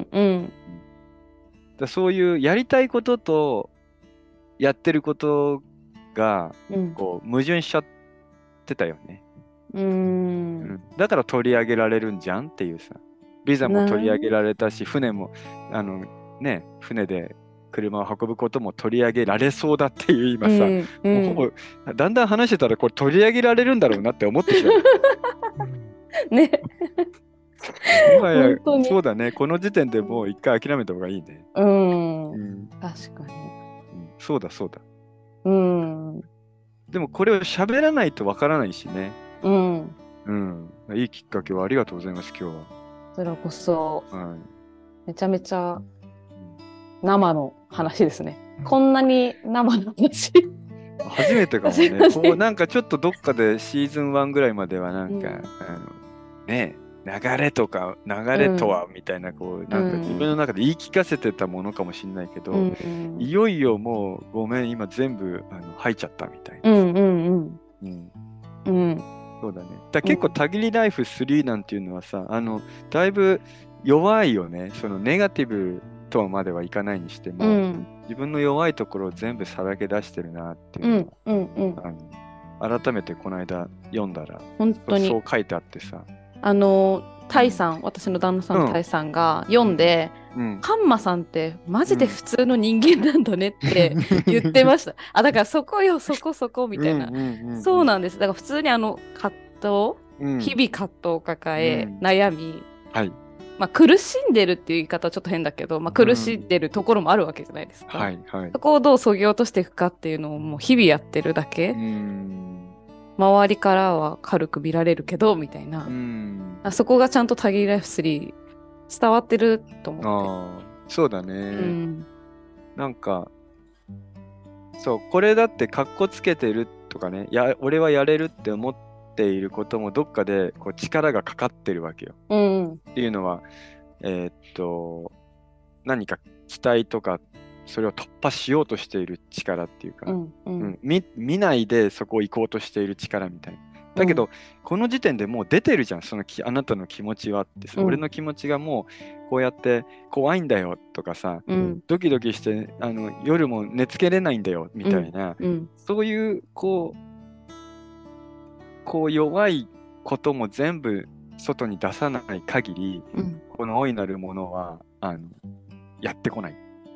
そういうやりたいこととやってることが矛盾しちゃってたよね。だから取り上げられるんじゃんっていうさ、ビザも取り上げられたし、船も船で車を運ぶことも取り上げられそうだっていう今さ、もうほぼだんだん話してたらこれ取り上げられるんだろうなって思ってきた。 ね。 そうだね、この時点でもう一回諦めた方がいいね。 確かに。 そうだ。でもこれを喋らないとわからないしね。いいきっかけをありがとうございます、今日は。 それこそ、めちゃめちゃ生の話ですね。こんなに生の話。 初めてかもね。なんかちょっとどっかでシーズン1ぐらいまではなんか、 流れとか流れとはみたいなこうなんか自分の中で言い聞かせてたものかもしれないけど、いよいよもうごめん今全部吐いちゃったみたいな。そうだね。結構たぎりライフ3なんていうのはさ、だいぶ弱いよね。そのネガティブとはまではいかないにしても、自分の弱いところを全部さらけ出してるなっていうのは、改めてこの間読んだら本当にそう書いてあってさ、 タイさん、私の旦那さんのタイさんが読んで、カンマさんってマジで普通の人間なんだねって言ってました。だからそこよ、そこみたいな。そうなんです。だから普通に葛藤、日々葛藤を抱え、悩み、苦しんでるっていう言い方はちょっと変だけど、苦しんでるところもあるわけじゃないですか。そこをどう削ぎ落としていくかっていうのをもう日々やってるだけ。周りからは軽く見られるけどみたいな、そこがちゃんとたぎりライフ3伝わってると思って。 そうだね、なんかそうこれだってカッコつけてるとかね、俺はやれるって思っていることもどっかでこう力がかかってるわけよ、っていうのは何か期待とかそれを突破しようとしている力っていうか、見ないでそこを行こうとしている力みたいな。だけど、この時点でもう出てるじゃん、あなたの気持ちはってさ、俺の気持ちがもうこうやって怖いんだよとかさ、ドキドキして夜も寝つけれないんだよみたいな、そういうこう弱いことも全部外に出さない限り、この大いなるものはやってこない。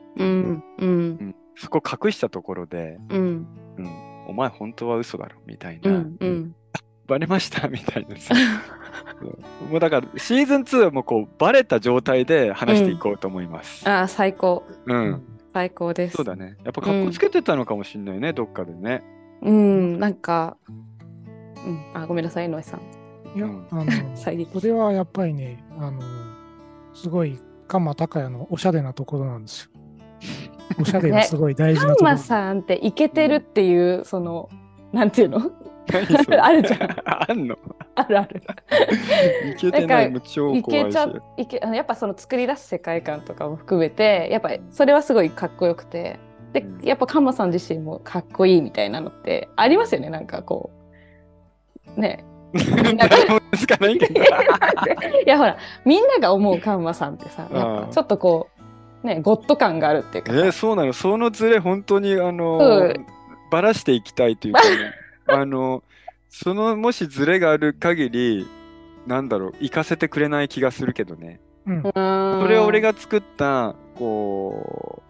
そこ隠したところで、お前本当は嘘だろみたいな、バレましたみたいなさもうだからシーズン2はもうこうバレた状態で話していこうと思います。 最高。最高です。 そうだね。やっぱかっこつけてたのかもしれないね、どっかでね。 なんか、ごめんなさい、井上さん。 いや、それはやっぱりね、すごいカンマ高也のおしゃれなところなんですよ。おしゃれがすごい大事なところ。 カンマさんってイケてるっていう、なんていうのあるじゃん。 あんのある。 イケてないも超怖いし。 やっぱその作り出す世界観とかも含めて、やっぱりそれはすごいかっこよくて、で、やっぱカンマさん自身もかっこいいみたいなのってありますよね、なんかこう。ね。 誰もつかないけど。いやほら、みんなが思うカンマさんってさ、やっぱちょっとこう、ね、ゴッド感があるっていうか。 そうなの、そのズレ本当にばらしていきたいというかね。もしズレがある限り行かせてくれない気がするけどね。それは俺が作ったこ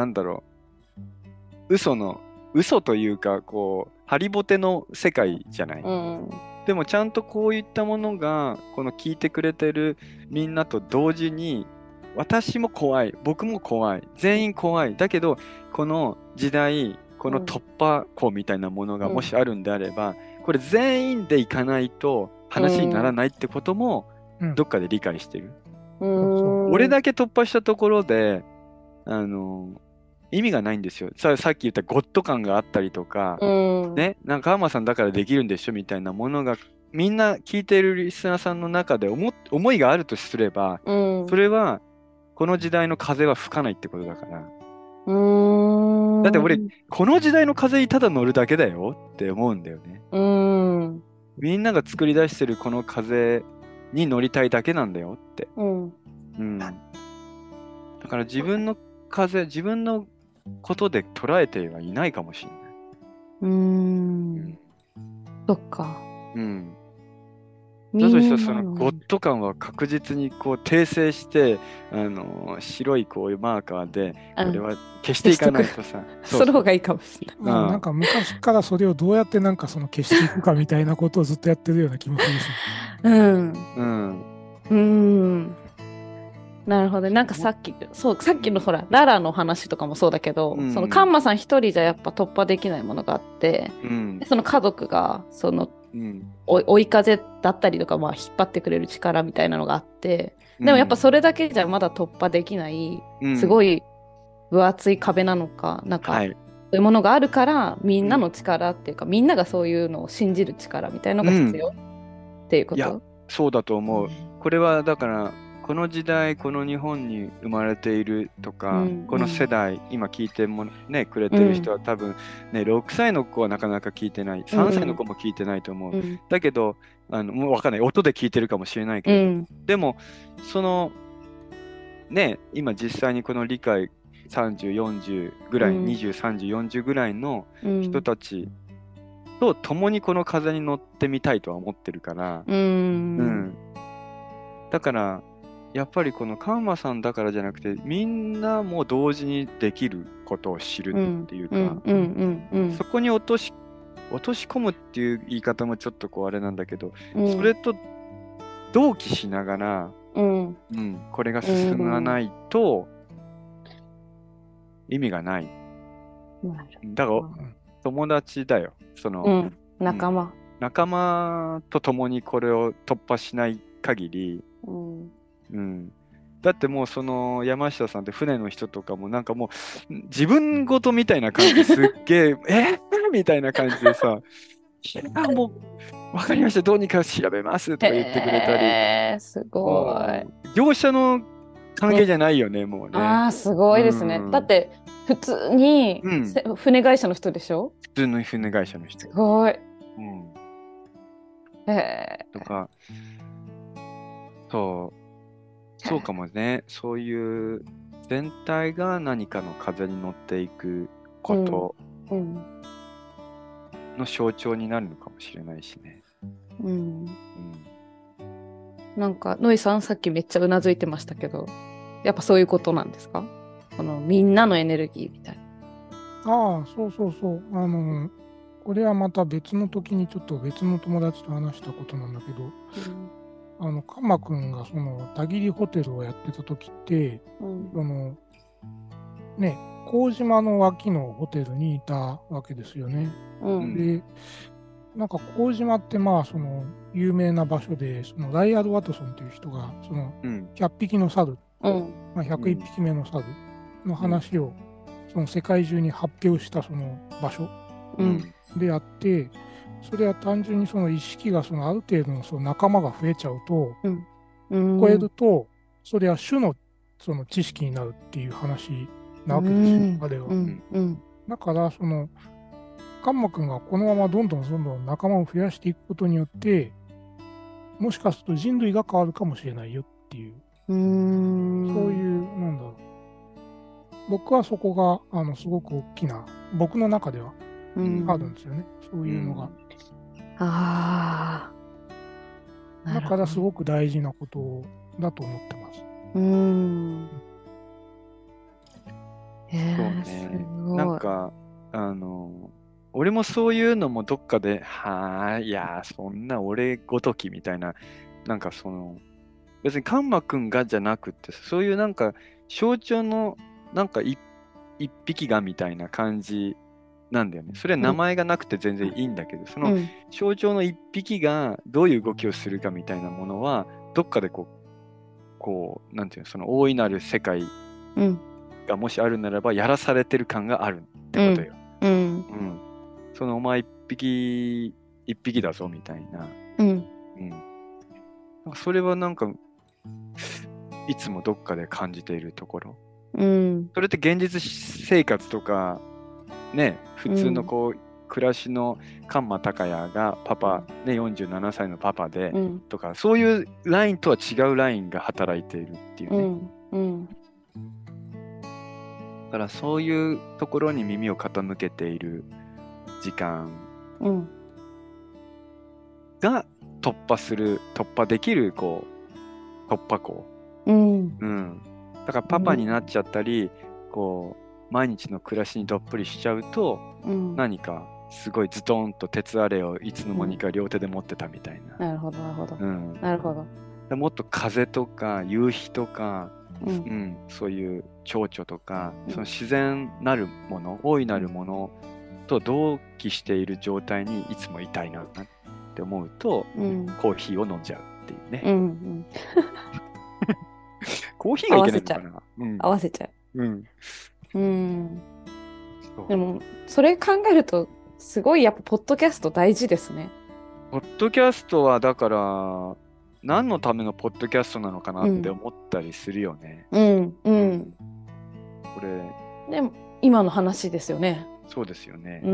う嘘というかこうハリボテの世界じゃない。でもちゃんとこういったものがこの聞いてくれてるみんなと同時に、私も怖い、僕も怖い、全員怖い、だけどこの時代この突破口みたいなものがもしあるんであれば、これ全員でいかないと話にならないってこともどっかで理解してる。俺だけ突破したところで意味がないんですよ。さっき言ったゴッド感があったりとか、ね、なんかアーマーさんだからできるんでしょみたいなものがみんな聞いてるリスナーさんの中で思いがあるとすれば、それはこの時代の風は吹かないってことだから。だって俺この時代の風にただ乗るだけだよって思うんだよね。みんなが作り出してるこの風に乗りたいだけなんだよって。だから自分の風、自分のことで捉えてはいないかもしれない。 そっか。 だとしたらそのゴッド感は確実にこう訂正して白いこういうマーカーでこれは消していかないとさ、 その方がいいかもしれない。 なんか昔からそれをどうやってなんかその消していくかみたいなことをずっとやってるような気もするし。 なるほど。なんかさっきのほらララの話とかもそうだけど、そのカンマさん一人じゃやっぱ突破できないものがあって、その家族がその追い風だったりとか、引っ張ってくれる力みたいなのがあって、でもやっぱそれだけじゃまだ突破できない、すごい分厚い壁なのか、なんか、そういうものがあるからみんなの力っていうか、みんながそういうのを信じる力みたいなのが必要っていうこと。 そうだと思う。 これはだからこの時代この日本に生まれているとか、この世代今聞いてもねくれてる人は多分ね、6歳の子はなかなか聞いてない、3歳の子も聞いてないと思う、だけどもう分かんない、音で聞いてるかもしれないけれど、でもそのね今実際にこの理解30、40ぐらい、20、30、40ぐらいの人たちと共にこの風に乗ってみたいとは思ってるから、だからやっぱりこのカンマさんだからじゃなくて、みんなも同時にできることを知るっていうか、そこに落とし込むっていう言い方もちょっとこうあれなんだけど、それと同期しながら、これが進まないと意味がない。だから友達だよ、その、 仲間と共にこれを突破しない限り、だってもうその山下さんって船の人とかもなんかもう自分ごとみたいな感じですっげえみたいな感じでさもう分かりました、どうにか調べますとか言ってくれたり、 すごい。 業者の関係じゃないよね、もうね。 すごいですね。だって普通に船会社の人でしょ？ 普通の船会社の人。 すごい。 とか、そうかもね。そういう全体が何かの風に乗っていくことの象徴になるのかもしれないしね。 なんかノイさんさっきめっちゃうなずいてましたけど、やっぱそういうことなんですか？このみんなのエネルギーみたいな。 そうそうそう。これはまた別の時にちょっと別の友達と話したことなんだけど、カンマくんがその田切ホテルをやってた時って、そのね、幸島の脇のホテルにいたわけですよね。で、なんか幸島ってまあその有名な場所で、そのライアル・ワトソンという人がその100匹の猿、101匹目の猿の話をその世界中に発表したその場所であって、それは単純にその意識がそのある程度のその仲間が増えちゃうと、超えるとそれは種のその知識になるっていう話なわけですよ、あれは。だからそのカンマくんがこのままどんどん仲間を増やしていくことによって、もしかすると人類が変わるかもしれないよっていう、そういうなんだろう、僕はそこがすごく大きな、僕の中ではあるんですよね、そういうのが。だからすごく大事なことだと思ってます。 そうね。なんか俺もそういうのもどっかでいやそんな俺ごときみたいな、なんかその別にカンマくんがじゃなくて、そういうなんか象徴のなんか一匹がみたいな感じなんだよね。それは名前がなくて全然いいんだけど、その象徴の一匹がどういう動きをするかみたいなものはどっかでこうなんていうの、その大いなる世界がもしあるならばやらされてる感があるってことよ。そのお前一匹だぞみたいな。それはなんかいつもどっかで感じているところ。それって現実生活とかね、普通のこう、暮らしのカンマタカヤがパパ、ね、47歳のパパで、とかそういうラインとは違うラインが働いているっていうね。だからそういうところに耳を傾けている時間が突破できるこう突破口。だからパパになっちゃったり、こう毎日の暮らしにどっぷりしちゃうと、何かすごいズドンと鉄アレをいつの間にか両手で持ってたみたいな。 なるほどなるほど。なるほど。 もっと風とか夕日とか、そういう蝶々とか、その自然なるもの、大いなるものと同期している状態にいつもいたいなって思うと、コーヒーを飲んじゃうっていうね。コーヒーがいけないのかな。 合わせちゃう。でもそれ考えるとすごいやっぱポッドキャスト大事ですね。 ポッドキャストはだから何のためのポッドキャストなのかなって思ったりするよね。これでも今の話ですよね。 そうですよね。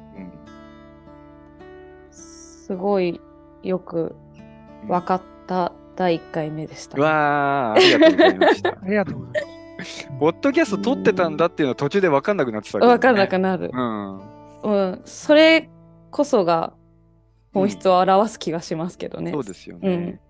すごいよく分かった第1回目でした、ね。 わー、ありがとうございました。 ありがとうございます。 ポッドキャスト撮ってたんだっていうのは途中で分かんなくなってたけど、ね。 分かんなくなる。それこそが本質を表す気がしますけどね。 そうですよね。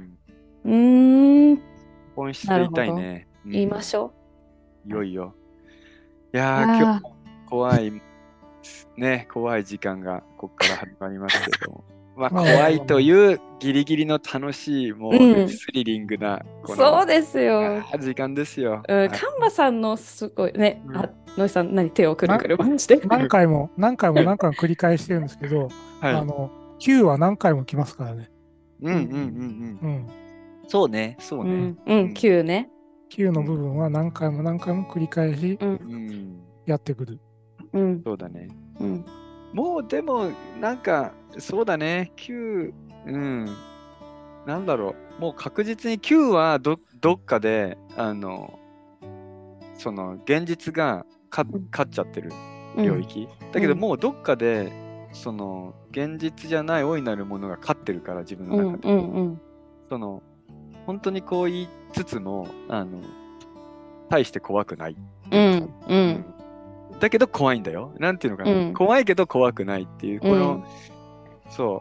本質で言いたいね。 言いましょう。いよいよ。いやー、今日も怖い時間がここから始まりますけども。まあ、怖いというギリギリの楽しい、もうスリリングな、 そうですよ。 時間ですよ。 カンバさんのすごいね、ノイさん、手をくるくる回して。 何回も繰り返してるんですけど、Q は何回も来ますからね。 そうね。 Q ね。 Q の部分は何回も繰り返しやってくる。 そうだね。もうでもなんかそうだね。Q、なんだろう。もう確実に Q はどっかでその現実が勝っちゃってる領域。だけどもうどっかでその現実じゃない大いなるものが勝ってるから自分の中で。その本当にこう言いつつも大して怖くない。だけど怖いんだよ。なんていうのかな。怖いけど怖くないっていう、この、そう。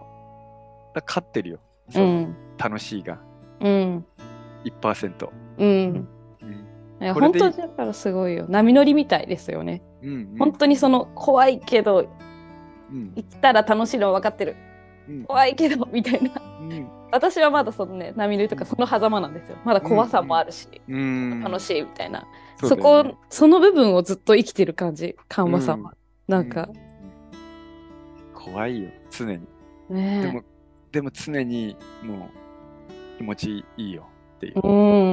勝ってるよ。楽しいが。1%。 本当だからすごいよ。波乗りみたいですよね。本当にその怖いけど、生きたら楽しいのは分かってる。怖いけど、みたいな。私はまだそのね、波乗りとかその狭間なんですよ。まだ怖さもあるし、楽しいみたいな。その部分をずっと生きてる感じ、カンバさんは。なんか。 怖いよ、常に。でも常にもう気持ちいいよっていう。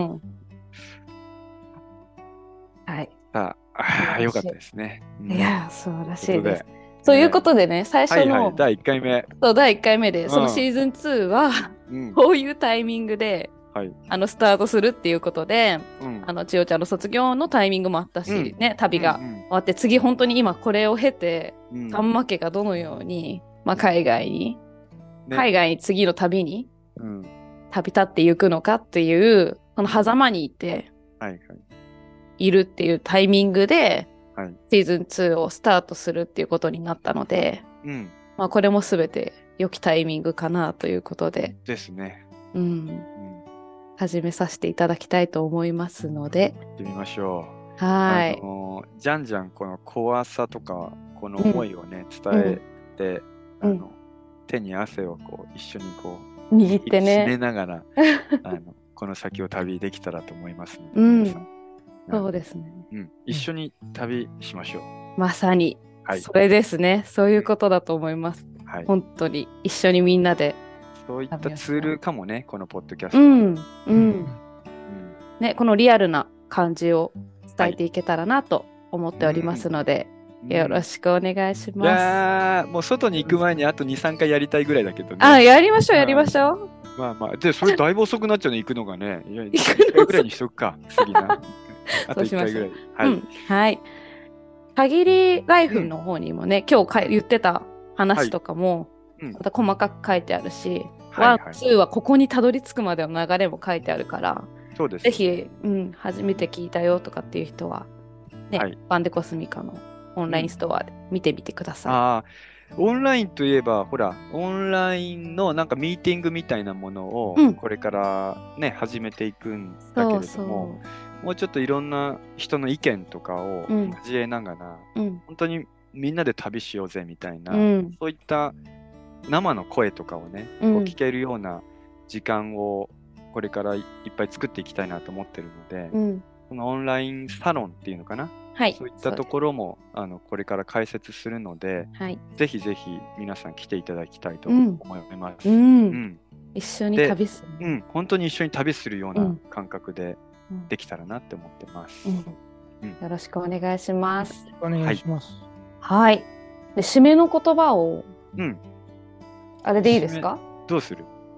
はい。 よかったですね。 いや、素晴らしいです。ということでね、最初の第1回目。 第1回目で、そのシーズン2は、こういうタイミングで、スタートするっていうことで、千代ちゃんの卒業のタイミングもあったし、ね、旅が終わって、次本当に今これを経て、カンマ家がどのように、海外に次の旅に、旅立っていくのかっていう、その狭間にいて、いるっていうタイミングで、シーズン2をスタートするっていうことになったので、これも全て良きタイミングかなということで。 ですね。 始めさせていただきたいと思いますので。 やってみましょう。じゃんじゃんこの怖さとか、この思いをね、伝えて、手に汗をこう一緒にこう握ってね。 締めながらこの先を旅できたらと思いますので、 そうですね、 一緒に旅しましょう。 まさに、それですね。そういうことだと思います。本当に一緒にみんなで。 そういったツールかもね、このポッドキャスト。 ね、このリアルな感じを伝えていけたらなと思っておりますので、よろしくお願いします。 いやもう外に行く前にあと2、3回やりたいぐらいだけどね。 やりましょう。 で、それだいぶ遅くなっちゃうの、行くのがね。1回ぐらいにしとくか、次な。あと1回ぐらい。 はい。限りライフの方にもね、今日言ってた話とかも、また細かく書いてあるし、1、2はここにたどり着くまでの流れも書いてあるから、ぜひ、初めて聞いたよとかっていう人は、ね、バンデコスミカのオンラインストアで見てみてください。オンラインといえば、ほら、オンラインのなんかミーティングみたいなものを、これからね、始めていくんだけれども、もうちょっといろんな人の意見とかを交えながら、本当にみんなで旅しようぜみたいな、そういった生の声とかをね、聞けるような時間をこれからいっぱい作っていきたいなと思ってるので、このオンラインサロンっていうのかな、そういったところもこれから開設するので、ぜひぜひ皆さん来ていただきたいと思います。 一緒に旅する。本当に一緒に旅するような感覚でできたらなって思ってます。 よろしくお願いします。 お願いします。 はい。で、締めの言葉を、あれでいいですか？ どうする？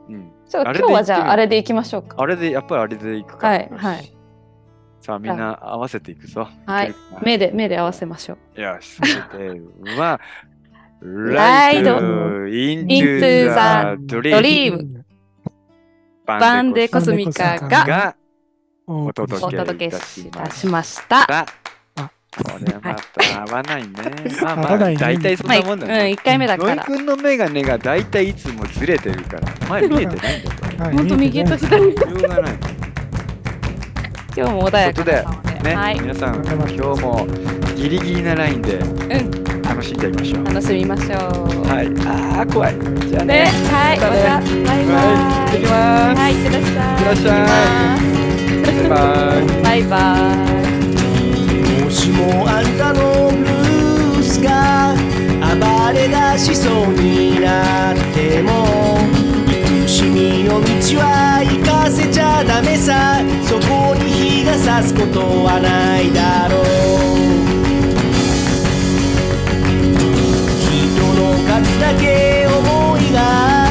今日はじゃああれでいきましょうか。 やっぱりあれでいくか。 はい。 さあみんな合わせていくぞ。 はい。目で合わせましょう。 よし。それでは、Ride into the Dream。 バンデコスミカがお届けいたしました。これまた合わないね。まあ大体そんなもんだね。 1回目だから。 ノイ君のメガネが大体いつもずれてるから、前見えてないんだよ。 ほんと右と左。 しょうがない。 今日も穏やかなので。ね、皆さん今日もギリギリなラインで楽しんじゃいましょう。 楽しみましょう。 はい。怖い。じゃあね。 はい。またバイバイ。 行ってきます。 はい。いってらっしゃい。 いってらっしゃい。 バイバイ。 もしもあんたのブルースが暴れ出しそうになっても憎しみの道は行かせちゃダメさ。そこに日が差すことはないだろう。人の数だけ思いが